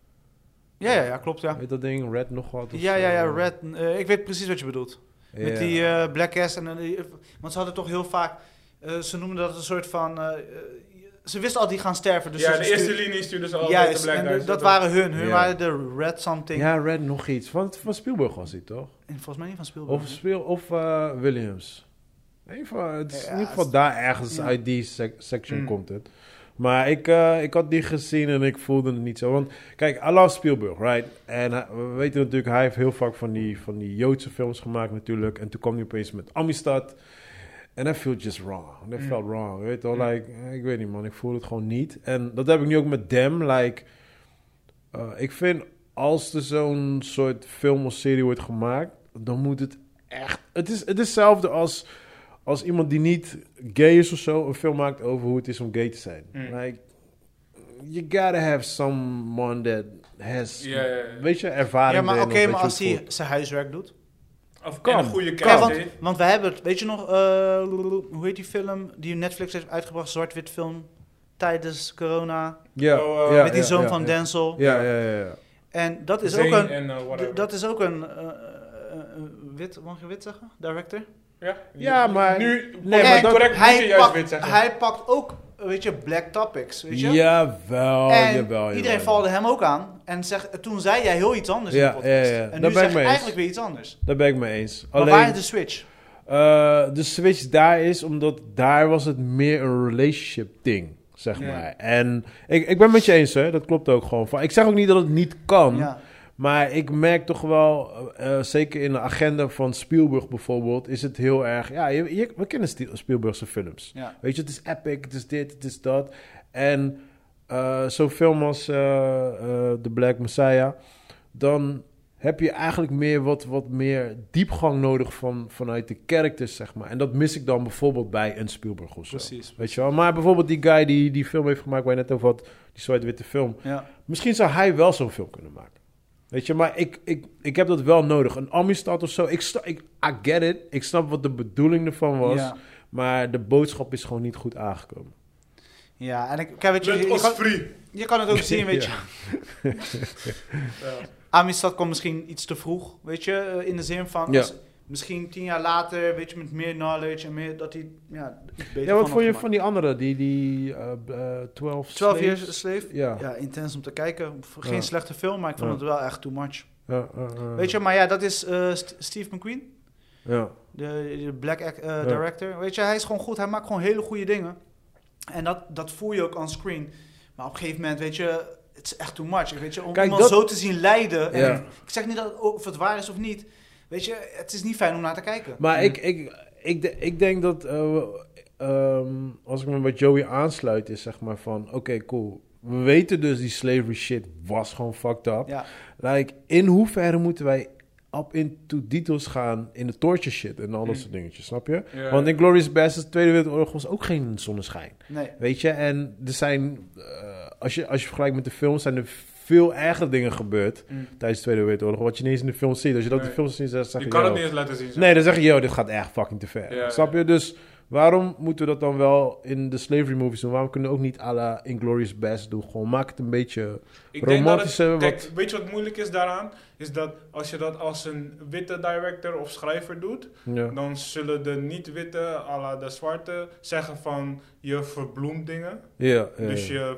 Speaker 1: Ja, klopt, ja.
Speaker 3: Weet dat ding? Red nog wat? of
Speaker 1: Ja,
Speaker 3: zo?
Speaker 1: Red. Ik weet precies wat je bedoelt. Met
Speaker 3: Ja.
Speaker 1: die Black Ass. Want ze hadden toch heel vaak... ze noemden dat een soort van... ze wisten al die gaan sterven. Dus
Speaker 2: ja,
Speaker 1: ze
Speaker 2: de eerste
Speaker 1: stuurden-
Speaker 2: linie stuurde ze altijd
Speaker 1: Juist,
Speaker 2: de black
Speaker 1: en
Speaker 2: guys.
Speaker 1: dat waren hun. Hun
Speaker 3: Ja.
Speaker 1: waren de Red something.
Speaker 3: Ja, Red nog iets. Van Spielberg was hij, toch?
Speaker 1: En volgens mij niet van Spielberg.
Speaker 3: Of Williams. Het is
Speaker 1: Ja,
Speaker 3: in ieder geval daar ergens
Speaker 1: ja.
Speaker 3: uit die section komt het. Maar ik had die gezien en ik voelde het niet zo. Want kijk, I love Spielberg, right? En we weten natuurlijk, hij heeft heel vaak van die Joodse films gemaakt natuurlijk. En toen kwam hij opeens met Amistad. En that felt just wrong. That felt wrong, weet je wel? Like, ik weet niet, man. Ik voel het gewoon niet. En dat heb ik nu ook met Dem. Like, ik vind, als er zo'n soort film of serie wordt gemaakt, dan moet het echt... Het is hetzelfde als iemand die niet gay is of zo, een film maakt over hoe het is om gay te zijn. Like, you gotta have someone that has,
Speaker 2: Ja.
Speaker 3: weet je, ervaring.
Speaker 1: Ja, maar
Speaker 3: erin,
Speaker 1: oké,
Speaker 3: of weet
Speaker 1: maar
Speaker 3: je
Speaker 1: als
Speaker 3: hoe het
Speaker 1: hij zijn huiswerk doet.
Speaker 2: Of
Speaker 3: Kan.
Speaker 2: en een goede
Speaker 1: Kijk,
Speaker 2: cast,
Speaker 1: want,
Speaker 2: hè?
Speaker 1: want we hebben het, weet je nog, hoe heet die film die Netflix heeft uitgebracht, zwart-wit film, tijdens corona,
Speaker 3: Ja,
Speaker 2: Oh,
Speaker 3: ja,
Speaker 1: met die
Speaker 3: ja,
Speaker 1: zoon
Speaker 3: ja,
Speaker 1: van
Speaker 3: ja.
Speaker 1: Denzel.
Speaker 3: Ja.
Speaker 1: En dat is
Speaker 2: Zane
Speaker 1: ook een,
Speaker 2: en whatever.
Speaker 1: dat is ook een wit, mag je wit zeggen? Director?
Speaker 3: Ja, maar...
Speaker 2: Nu,
Speaker 3: Nee,
Speaker 2: maar
Speaker 3: maar dat-
Speaker 2: correct moet je juist wit zeggen.
Speaker 1: hij pakt ook, weet je, black topics, weet je.
Speaker 3: Jawel,
Speaker 1: En
Speaker 3: jawel.
Speaker 1: iedereen valde hem ook aan. En toen zei jij heel iets anders in de podcast.
Speaker 3: Ja.
Speaker 1: En
Speaker 3: Daar
Speaker 1: nu
Speaker 3: ben
Speaker 1: zeg
Speaker 3: ik
Speaker 1: je
Speaker 3: mee eens.
Speaker 1: eigenlijk weer iets anders.
Speaker 3: Daar ben ik mee eens.
Speaker 1: Maar waar is de switch?
Speaker 3: De switch daar is omdat daar was het meer een relationship ding, zeg
Speaker 1: Ja.
Speaker 3: maar. En ik ben met je eens, hè. Dat klopt ook gewoon. Ik zeg ook niet dat het niet kan.
Speaker 1: Ja.
Speaker 3: Maar ik merk toch wel, zeker in de agenda van Spielberg bijvoorbeeld, is het heel erg... Ja, we kennen Spielbergse films.
Speaker 1: Ja.
Speaker 3: Weet je, het is epic, het is dit, het is dat. En zo'n film als The Black Messiah, dan heb je eigenlijk meer wat meer diepgang nodig vanuit de characters, zeg maar. En dat mis ik dan bijvoorbeeld bij een Spielberg of zo.
Speaker 1: Precies.
Speaker 3: Weet je wel? Maar bijvoorbeeld die guy die film heeft gemaakt waar je net over had, die zwart-witte film.
Speaker 1: Ja.
Speaker 3: Misschien zou hij wel zo'n film kunnen maken. Weet je, maar ik heb dat wel nodig. Een Amistad of zo, I get it. Ik snap wat de bedoeling ervan was.
Speaker 1: Ja.
Speaker 3: Maar de boodschap is gewoon niet goed aangekomen.
Speaker 1: Ja, en kijk, weet
Speaker 2: Let
Speaker 1: je,
Speaker 2: ons free.
Speaker 1: je kan het ook zien, weet je.
Speaker 3: Ja.
Speaker 1: Amistad kwam misschien iets te vroeg, weet je. In de zin van,
Speaker 3: Ja.
Speaker 1: misschien 10 jaar later, weet je, met meer knowledge en meer, dat hij iets beter
Speaker 3: Ja, wat
Speaker 1: had
Speaker 3: vond je
Speaker 1: gemaakt.
Speaker 3: van die andere? Die 12
Speaker 1: 12
Speaker 3: Slaves?
Speaker 1: Years a Slave?
Speaker 3: Ja.
Speaker 1: Ja, intens om te kijken. Geen
Speaker 3: Ja.
Speaker 1: slechte film, maar ik vond
Speaker 3: Ja.
Speaker 1: het wel echt too much.
Speaker 3: Ja.
Speaker 1: Weet je, maar ja, dat is Steve McQueen,
Speaker 3: Ja.
Speaker 1: de black director. Weet je, hij is gewoon goed. Hij maakt gewoon hele goede dingen. En dat voel je ook on screen. Maar op een gegeven moment, weet je, het is echt too much. Weet je, om
Speaker 3: Kijk,
Speaker 1: iemand
Speaker 3: dat-
Speaker 1: zo te zien lijden. En
Speaker 3: Ja.
Speaker 1: ik zeg niet of het waar is of niet. Weet je, het is niet fijn om naar te kijken.
Speaker 3: Maar ik denk dat, als ik me bij Joey aansluit, is zeg maar van, oké, cool. We weten dus die slavery shit was gewoon fucked up.
Speaker 1: Ja,
Speaker 3: Like, in hoeverre moeten wij up into details gaan in de torture shit en al dat soort dingetjes, snap je?
Speaker 2: Ja.
Speaker 3: Want in Glorious Bastards, Tweede Wereldoorlog was ook geen zonneschijn.
Speaker 1: nee.
Speaker 3: Weet je, en er zijn, als je vergelijkt met de films, zijn er veel erger dingen gebeurd tijdens de Tweede Wereldoorlog, wat je niet eens in de film ziet. Als je dat in de film ziet, dan zeg
Speaker 2: Je
Speaker 3: je,
Speaker 2: kan
Speaker 3: yo.
Speaker 2: het niet eens laten zien.
Speaker 3: Nee, dan zeg je, yo, dit gaat echt fucking te ver.
Speaker 2: Ja,
Speaker 3: Snap je? Dus waarom moeten we dat dan wel in de slavery movies doen? Waarom kunnen we ook niet à la Inglourious Basterds doen? Gewoon maak het een beetje
Speaker 2: Ik denk dat
Speaker 3: romantischer.
Speaker 2: het, kijk, weet je wat moeilijk is daaraan? Is dat als je dat als een witte director of schrijver doet,
Speaker 3: Ja.
Speaker 2: dan zullen de niet-witte, à la de zwarte, zeggen van je verbloemt dingen.
Speaker 3: Ja,
Speaker 2: Dus,
Speaker 3: ja.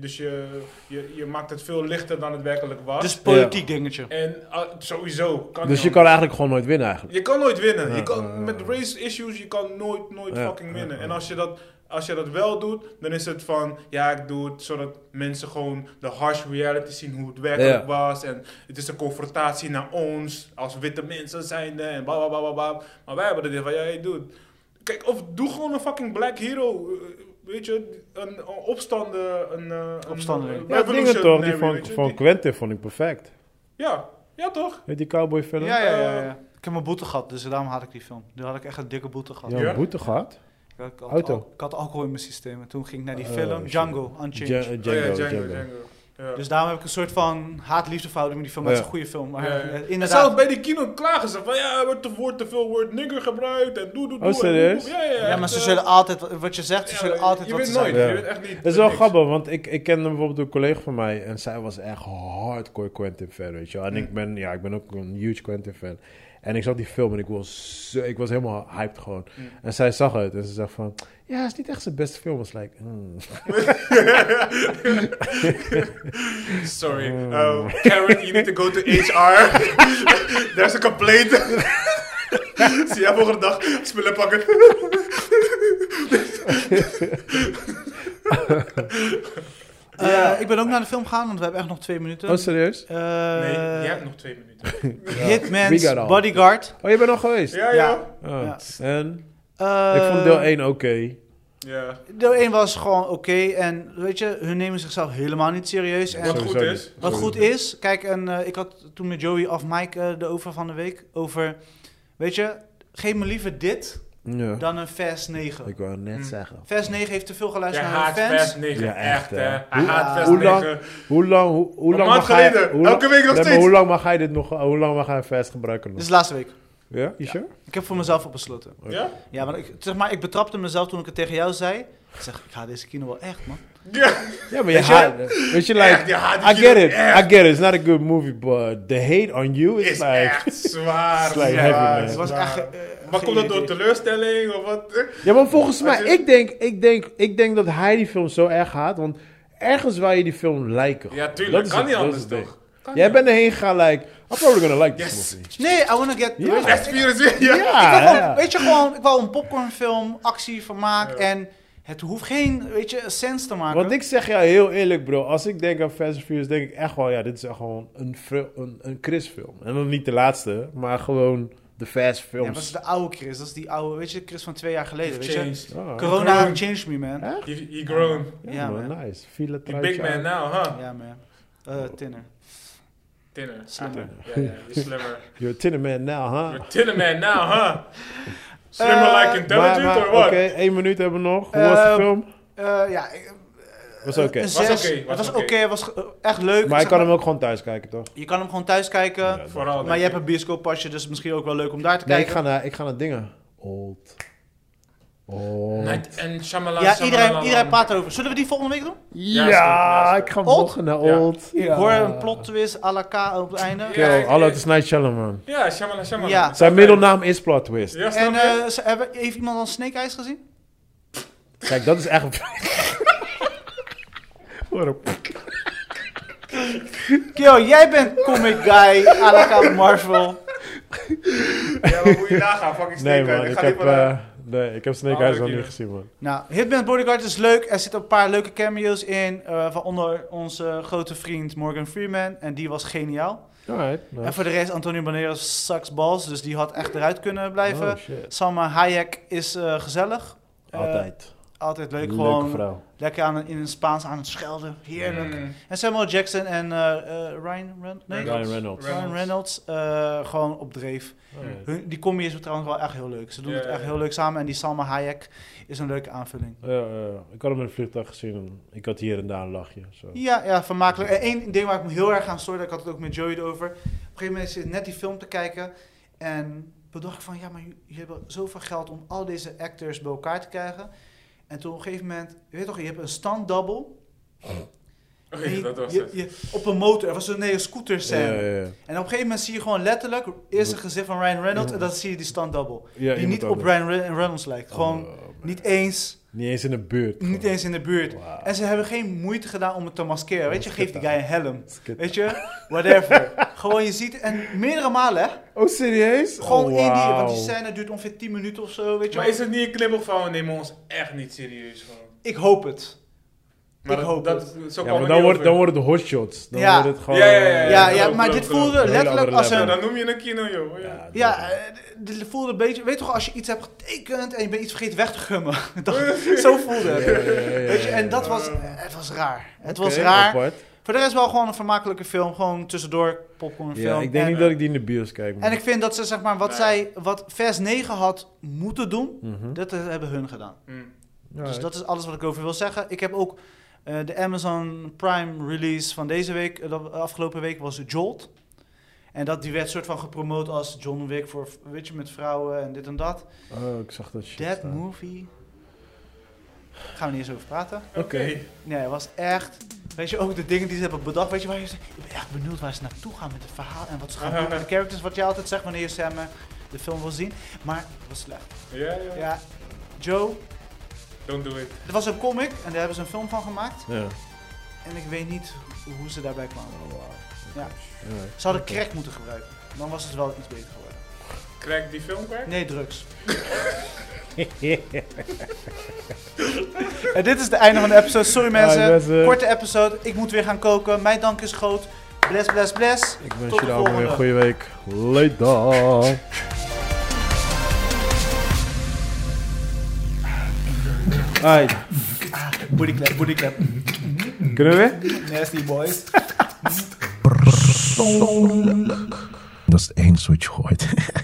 Speaker 2: je maakt het veel lichter dan het werkelijk was.
Speaker 1: Dus politiek dingetje.
Speaker 2: En sowieso kan
Speaker 3: Dus je kan eigenlijk gewoon nooit winnen eigenlijk.
Speaker 2: Je kan nooit winnen.
Speaker 3: Ja,
Speaker 2: Je kan,
Speaker 3: ja, ja.
Speaker 2: met race issues, je kan nooit
Speaker 3: Ja,
Speaker 2: fucking winnen.
Speaker 3: ja.
Speaker 2: En als je dat wel doet, dan is het van, ja, ik doe het zodat mensen gewoon de harsh reality zien hoe het werkelijk
Speaker 3: Ja.
Speaker 2: was. En het is een confrontatie naar ons, als witte mensen zijnde en blablabla. Maar wij hebben dit van, ja, je doet. Kijk, of doe gewoon een fucking black hero. Weet je, een opstander.
Speaker 1: Opstandeling.
Speaker 3: Ja, dingen toch? Die
Speaker 2: weet je,
Speaker 3: van Quentin vond ik perfect.
Speaker 2: Ja, toch?
Speaker 3: Weet die cowboy film?
Speaker 1: Ja. Ik heb mijn boete gehad, dus daarom had ik die film. Toen had ik echt een dikke boete gehad.
Speaker 3: Ja,
Speaker 2: Ja?
Speaker 3: een boete gehad.
Speaker 1: Ik had
Speaker 3: Auto.
Speaker 1: ik had alcohol in mijn systeem. En toen ging ik naar die
Speaker 3: Oh,
Speaker 1: film,
Speaker 3: shit.
Speaker 1: Django, Unchained.
Speaker 3: Django.
Speaker 2: Ja.
Speaker 1: Dus daarom heb ik een soort van haat-liefde verhouding met die film. Maar het is een goede film. Maar
Speaker 2: Ja. En
Speaker 1: inderdaad.
Speaker 2: zelfs bij die kino klagen ze van ja, er wordt te veel woord nigger gebruikt en doe.
Speaker 3: Oh, serieus?
Speaker 1: Ja, maar ze zullen altijd, wat je zegt, ze zullen altijd
Speaker 2: je
Speaker 1: wat
Speaker 2: weet
Speaker 1: ze
Speaker 2: nooit,
Speaker 1: zeggen.
Speaker 3: Ja.
Speaker 2: je weet echt niet.
Speaker 3: Het is wel
Speaker 2: niks.
Speaker 3: grappig, want ik kende bijvoorbeeld een collega van mij en zij was echt hardcore Quentin fan, weet je wel. En ik ben ook een huge Quentin fan. En ik zag die film en ik was helemaal hyped gewoon. En zij zag het en ze zegt van, ja, het is niet echt zijn beste film. Het is like,
Speaker 2: Sorry. Karen, you need to go to HR. There's a complaint. Zie jij volgende dag spullen pakken.
Speaker 1: Ik ben ook naar de film gegaan, want we hebben echt nog 2 minuten.
Speaker 3: Oh, serieus?
Speaker 2: Nee, jij hebt nog 2 minuten.
Speaker 3: We
Speaker 1: Hitman's
Speaker 3: got all.
Speaker 1: Bodyguard.
Speaker 3: Oh, je bent al geweest?
Speaker 2: Ja.
Speaker 1: Ja.
Speaker 3: Oh.
Speaker 1: Ja.
Speaker 3: En? Ik vond deel 1 oké.
Speaker 2: Ja.
Speaker 1: Deel 1 was gewoon oké. En weet je, hun nemen zichzelf helemaal niet serieus. En
Speaker 2: Wat
Speaker 3: Sowieso
Speaker 2: goed
Speaker 3: niet.
Speaker 2: is.
Speaker 1: wat goed
Speaker 3: Sowieso.
Speaker 1: is, kijk, en ik had toen met Joey of Mike erover van de week, over, weet je, geef me liever dit
Speaker 3: Ja.
Speaker 1: dan een Fast 9.
Speaker 3: Ik wou net zeggen.
Speaker 1: Fast 9 heeft te veel
Speaker 2: Jij
Speaker 1: geluisterd naar
Speaker 2: haat
Speaker 1: de fans.
Speaker 2: Fast 9,
Speaker 3: Ja,
Speaker 2: echt
Speaker 3: echt,
Speaker 2: hè.
Speaker 3: hè.
Speaker 2: Hij haat Fast
Speaker 3: hoe lang-
Speaker 2: 9.
Speaker 3: Hoe lang
Speaker 2: maand geleden. Elke week nog steeds.
Speaker 3: Hoe lang mag hij dit nog? Hoe lang mag hij Fast gebruiken nog?
Speaker 1: Dit is de laatste week.
Speaker 3: Ja, you sure?
Speaker 1: Ik heb voor mezelf al besloten.
Speaker 2: Ja?
Speaker 1: Ja, maar ik betrapte mezelf toen ik het tegen jou zei. Ik zeg, ik ga deze kino wel echt, man.
Speaker 3: Ja, maar je haat... Weet je, like... I get it. It's not a good movie, but the hate on you is
Speaker 2: Is
Speaker 3: like...
Speaker 2: echt zwaar.
Speaker 3: It's like heavy, man.
Speaker 1: Het was echt...
Speaker 2: Maar komt dat door teleurstelling of wat?
Speaker 3: Ja, maar volgens mij... Ik denk dat hij die film zo erg haat, want ergens waar je die film liken.
Speaker 2: Ja, tuurlijk.
Speaker 3: Dat
Speaker 2: Kan
Speaker 3: is
Speaker 2: niet
Speaker 3: het-
Speaker 2: anders,
Speaker 3: dat is het
Speaker 2: toch?
Speaker 3: ding. Jij bent erheen gegaan, like... I'm probably gonna like this movie.
Speaker 1: Nee, I wanna get...
Speaker 3: Ja.
Speaker 2: Fast Furious, ja.
Speaker 1: Ik wou gewoon,
Speaker 3: Ja.
Speaker 1: weet je, gewoon, ik wou een popcornfilm, actie, vermaak en het hoeft geen, weet je, sens te maken.
Speaker 3: Want ik zeg jou heel eerlijk, bro. Als ik denk aan Fast and Furious, denk ik echt wel... Ja, dit is echt gewoon een Chris-film. En dan niet de laatste, maar gewoon de Fast
Speaker 1: Ja,
Speaker 3: films.
Speaker 1: dat is de oude Chris, dat is die oude, weet je, Chris van 2 jaar geleden, weet je.
Speaker 2: Changed.
Speaker 3: Oh,
Speaker 1: Corona
Speaker 2: Grown.
Speaker 1: changed me, man.
Speaker 3: Echt?
Speaker 2: He grown.
Speaker 1: Ja,
Speaker 3: man,
Speaker 1: man.
Speaker 3: nice. File
Speaker 2: He big man now, huh?
Speaker 1: Ja, man. Tinner.
Speaker 2: Tinner.
Speaker 1: Slimmer.
Speaker 2: Ja, je slimmer.
Speaker 3: You're a tinner man now, huh?
Speaker 2: You're Tinner man now, huh? Slimmer like intelligent or what?
Speaker 3: Oké, 1 minuut hebben we nog. Hoe was de film?
Speaker 1: Ja,
Speaker 3: Was oké.
Speaker 1: een
Speaker 2: Was
Speaker 1: 6.
Speaker 2: oké,
Speaker 1: Het
Speaker 2: was
Speaker 1: was
Speaker 2: oké.
Speaker 1: oké, het was echt leuk.
Speaker 3: Maar je
Speaker 1: Zeg
Speaker 3: kan hem ook gewoon thuis kijken, toch?
Speaker 1: Je kan hem gewoon thuis kijken,
Speaker 3: Ja,
Speaker 2: Vooral.
Speaker 1: maar je hebt een bioscooppasje, dus misschien ook wel leuk om daar te
Speaker 3: Nee,
Speaker 1: kijken.
Speaker 3: ik ga naar dingen. Old.
Speaker 2: Night en Shyamalan.
Speaker 1: Ja, iedereen praat erover. Zullen we die volgende week doen?
Speaker 3: Ja, ik ga
Speaker 1: Old?
Speaker 3: morgen naar
Speaker 2: Ja.
Speaker 3: Old.
Speaker 1: Ik hoor een plot twist à la K op het einde.
Speaker 2: Ja.
Speaker 3: Yo, hallo, het is Night Shyamalan.
Speaker 2: Ja, Shyamalan.
Speaker 1: Ja.
Speaker 3: Zijn middelnaam is Plot Twist.
Speaker 2: Ja, snap
Speaker 1: En
Speaker 2: je?
Speaker 1: heeft iemand al Snake Eyes gezien?
Speaker 3: Kijk, dat is echt... What a...
Speaker 1: Yo, jij bent comic guy à la K Marvel.
Speaker 2: Ja, maar moet je nagaan, fucking
Speaker 3: Nee,
Speaker 2: Snake
Speaker 3: man,
Speaker 2: Eyes.
Speaker 3: ik
Speaker 2: ga
Speaker 3: heb,
Speaker 2: niet van,
Speaker 3: ik heb Snake
Speaker 2: Oh,
Speaker 3: Eyes nog
Speaker 2: leuk,
Speaker 3: niet
Speaker 2: ja.
Speaker 3: gezien, man.
Speaker 1: Nou, Hitman's Bodyguard is leuk. Er zitten een paar leuke cameo's in. Waaronder onze grote vriend Morgan Freeman. En die was geniaal.
Speaker 3: Alright,
Speaker 1: En voor de rest, Antonio Banderas sucks balls. Dus die had echt eruit kunnen blijven.
Speaker 3: Oh, shit.
Speaker 1: Salma Hayek is gezellig.
Speaker 3: Altijd.
Speaker 1: Altijd leuk.
Speaker 3: Leuke
Speaker 1: Gewoon
Speaker 3: vrouw.
Speaker 1: lekker in het Spaans aan het schelden. Heerlijk. En Samuel Jackson en Ryan Reynolds. Gewoon op dreef.
Speaker 3: Alright.
Speaker 1: Die combi is trouwens wel echt heel leuk. Ze doen het echt heel leuk samen. En die Salma Hayek is een leueke aanvulling.
Speaker 3: Ja, ik had hem in het vliegtuig gezien en ik had hier en daar een lachje. Zo.
Speaker 1: Ja, vermakelijk. En één ding waar ik me heel erg aan stoorde, ik had het ook met Joey erover. Op een gegeven moment zit ik net die film te kijken en bedacht ik van, ja, maar jullie hebben zoveel geld om al deze actors bij elkaar te krijgen. En toen op een gegeven moment, je weet toch, je hebt een stunt-double.
Speaker 2: Oké, dat was het.
Speaker 1: Op een motor, er was een scooter scène.
Speaker 3: Ja.
Speaker 1: En op een gegeven moment zie je gewoon letterlijk eerst het gezicht van Ryan Reynolds en dan zie je die stunt-double.
Speaker 3: Ja,
Speaker 1: die niet op Ryan Reynolds lijkt. Gewoon niet eens
Speaker 3: in de buurt.
Speaker 1: Niet eens in de buurt.
Speaker 3: Wow.
Speaker 1: En ze hebben geen moeite gedaan om het te maskeren. Weet je, geef die guy een helm.
Speaker 3: Skit.
Speaker 1: Weet je, whatever. Gewoon, je ziet, en meerdere malen, hè.
Speaker 3: Oh, serieus?
Speaker 1: Gewoon
Speaker 3: oh,
Speaker 1: één die,
Speaker 3: wow.
Speaker 1: want die scène duurt ongeveer 10 minuten of zo, weet je
Speaker 2: Maar
Speaker 1: wel.
Speaker 2: is het niet een knippel van, we nemen ons echt niet serieus gewoon.
Speaker 1: Ik hoop het.
Speaker 2: Maar
Speaker 1: Ik hoop het.
Speaker 2: Zo
Speaker 3: Ja,
Speaker 2: kwam
Speaker 3: maar
Speaker 2: het niet
Speaker 3: dan
Speaker 2: over.
Speaker 3: wordt het hotshots. Dan
Speaker 1: Ja.
Speaker 3: wordt het gewoon...
Speaker 1: Ja,
Speaker 2: geloof,
Speaker 1: maar
Speaker 2: geloof,
Speaker 1: dit voelde
Speaker 2: geloof.
Speaker 1: letterlijk
Speaker 3: Hele
Speaker 1: als
Speaker 2: Ja,
Speaker 1: een...
Speaker 2: dan noem je een kino, joh. Ja.
Speaker 1: Ja, dit voelde een beetje... Weet toch, als je iets hebt getekend en je bent iets vergeten weg te gummen. Zo voelde het. Weet je, en dat was... Het was raar. Het was raar.
Speaker 3: Apart.
Speaker 1: Voor de rest wel gewoon een vermakelijke film. Gewoon tussendoor, popcornfilm.
Speaker 3: Ja, ik denk
Speaker 1: En-
Speaker 3: niet dat ik die in de bios kijk. man.
Speaker 1: En ik vind dat ze, zeg maar,
Speaker 2: Nee.
Speaker 1: wat vers 9 had moeten doen,
Speaker 3: Mhm.
Speaker 1: dat hebben hun gedaan.
Speaker 2: Mm.
Speaker 1: Dus
Speaker 3: Alright.
Speaker 1: dat is alles wat ik over wil zeggen. Ik heb ook de Amazon Prime release van deze week, de afgelopen week, was Jolt. En die werd soort van gepromoot als John Wick voor, weet je, met vrouwen en dit en dat.
Speaker 3: Oh, ik zag dat shit
Speaker 1: That
Speaker 3: staan.
Speaker 1: movie, gaan we niet eens over praten.
Speaker 2: Oké.
Speaker 1: Nee, het was echt, weet je, ook de dingen die ze hebben bedacht, weet je, waar je zegt, ik ben echt benieuwd waar ze naartoe gaan met het verhaal en wat ze gaan doen met de characters, wat je altijd zegt wanneer je de film wil zien. Maar het was slecht.
Speaker 2: Ja.
Speaker 1: Ja, Joe,
Speaker 2: Don't do it.
Speaker 1: er was een comic en daar hebben ze een film van gemaakt.
Speaker 3: Ja.
Speaker 1: En ik weet niet hoe ze daarbij kwamen.
Speaker 3: Oh, wow.
Speaker 1: Ja.
Speaker 3: Alright.
Speaker 1: Ze hadden crack moeten gebruiken. Dan was het wel iets beter geworden.
Speaker 2: Krijg die film kwijt?
Speaker 1: Nee, drugs. En dit is het einde van de episode. Sorry mensen, korte episode. Ik moet weer gaan koken. Mijn dank is groot. Bless, bless, bless.
Speaker 3: Ik wens
Speaker 1: Tot
Speaker 3: jullie
Speaker 1: de
Speaker 3: allemaal weer een
Speaker 1: volgende.
Speaker 3: goede week. Later. Alright.
Speaker 1: Booty clap, booty clap.
Speaker 3: Kunnen we weer?
Speaker 1: Nasty boys.
Speaker 4: Dat is het enige wat je hoort.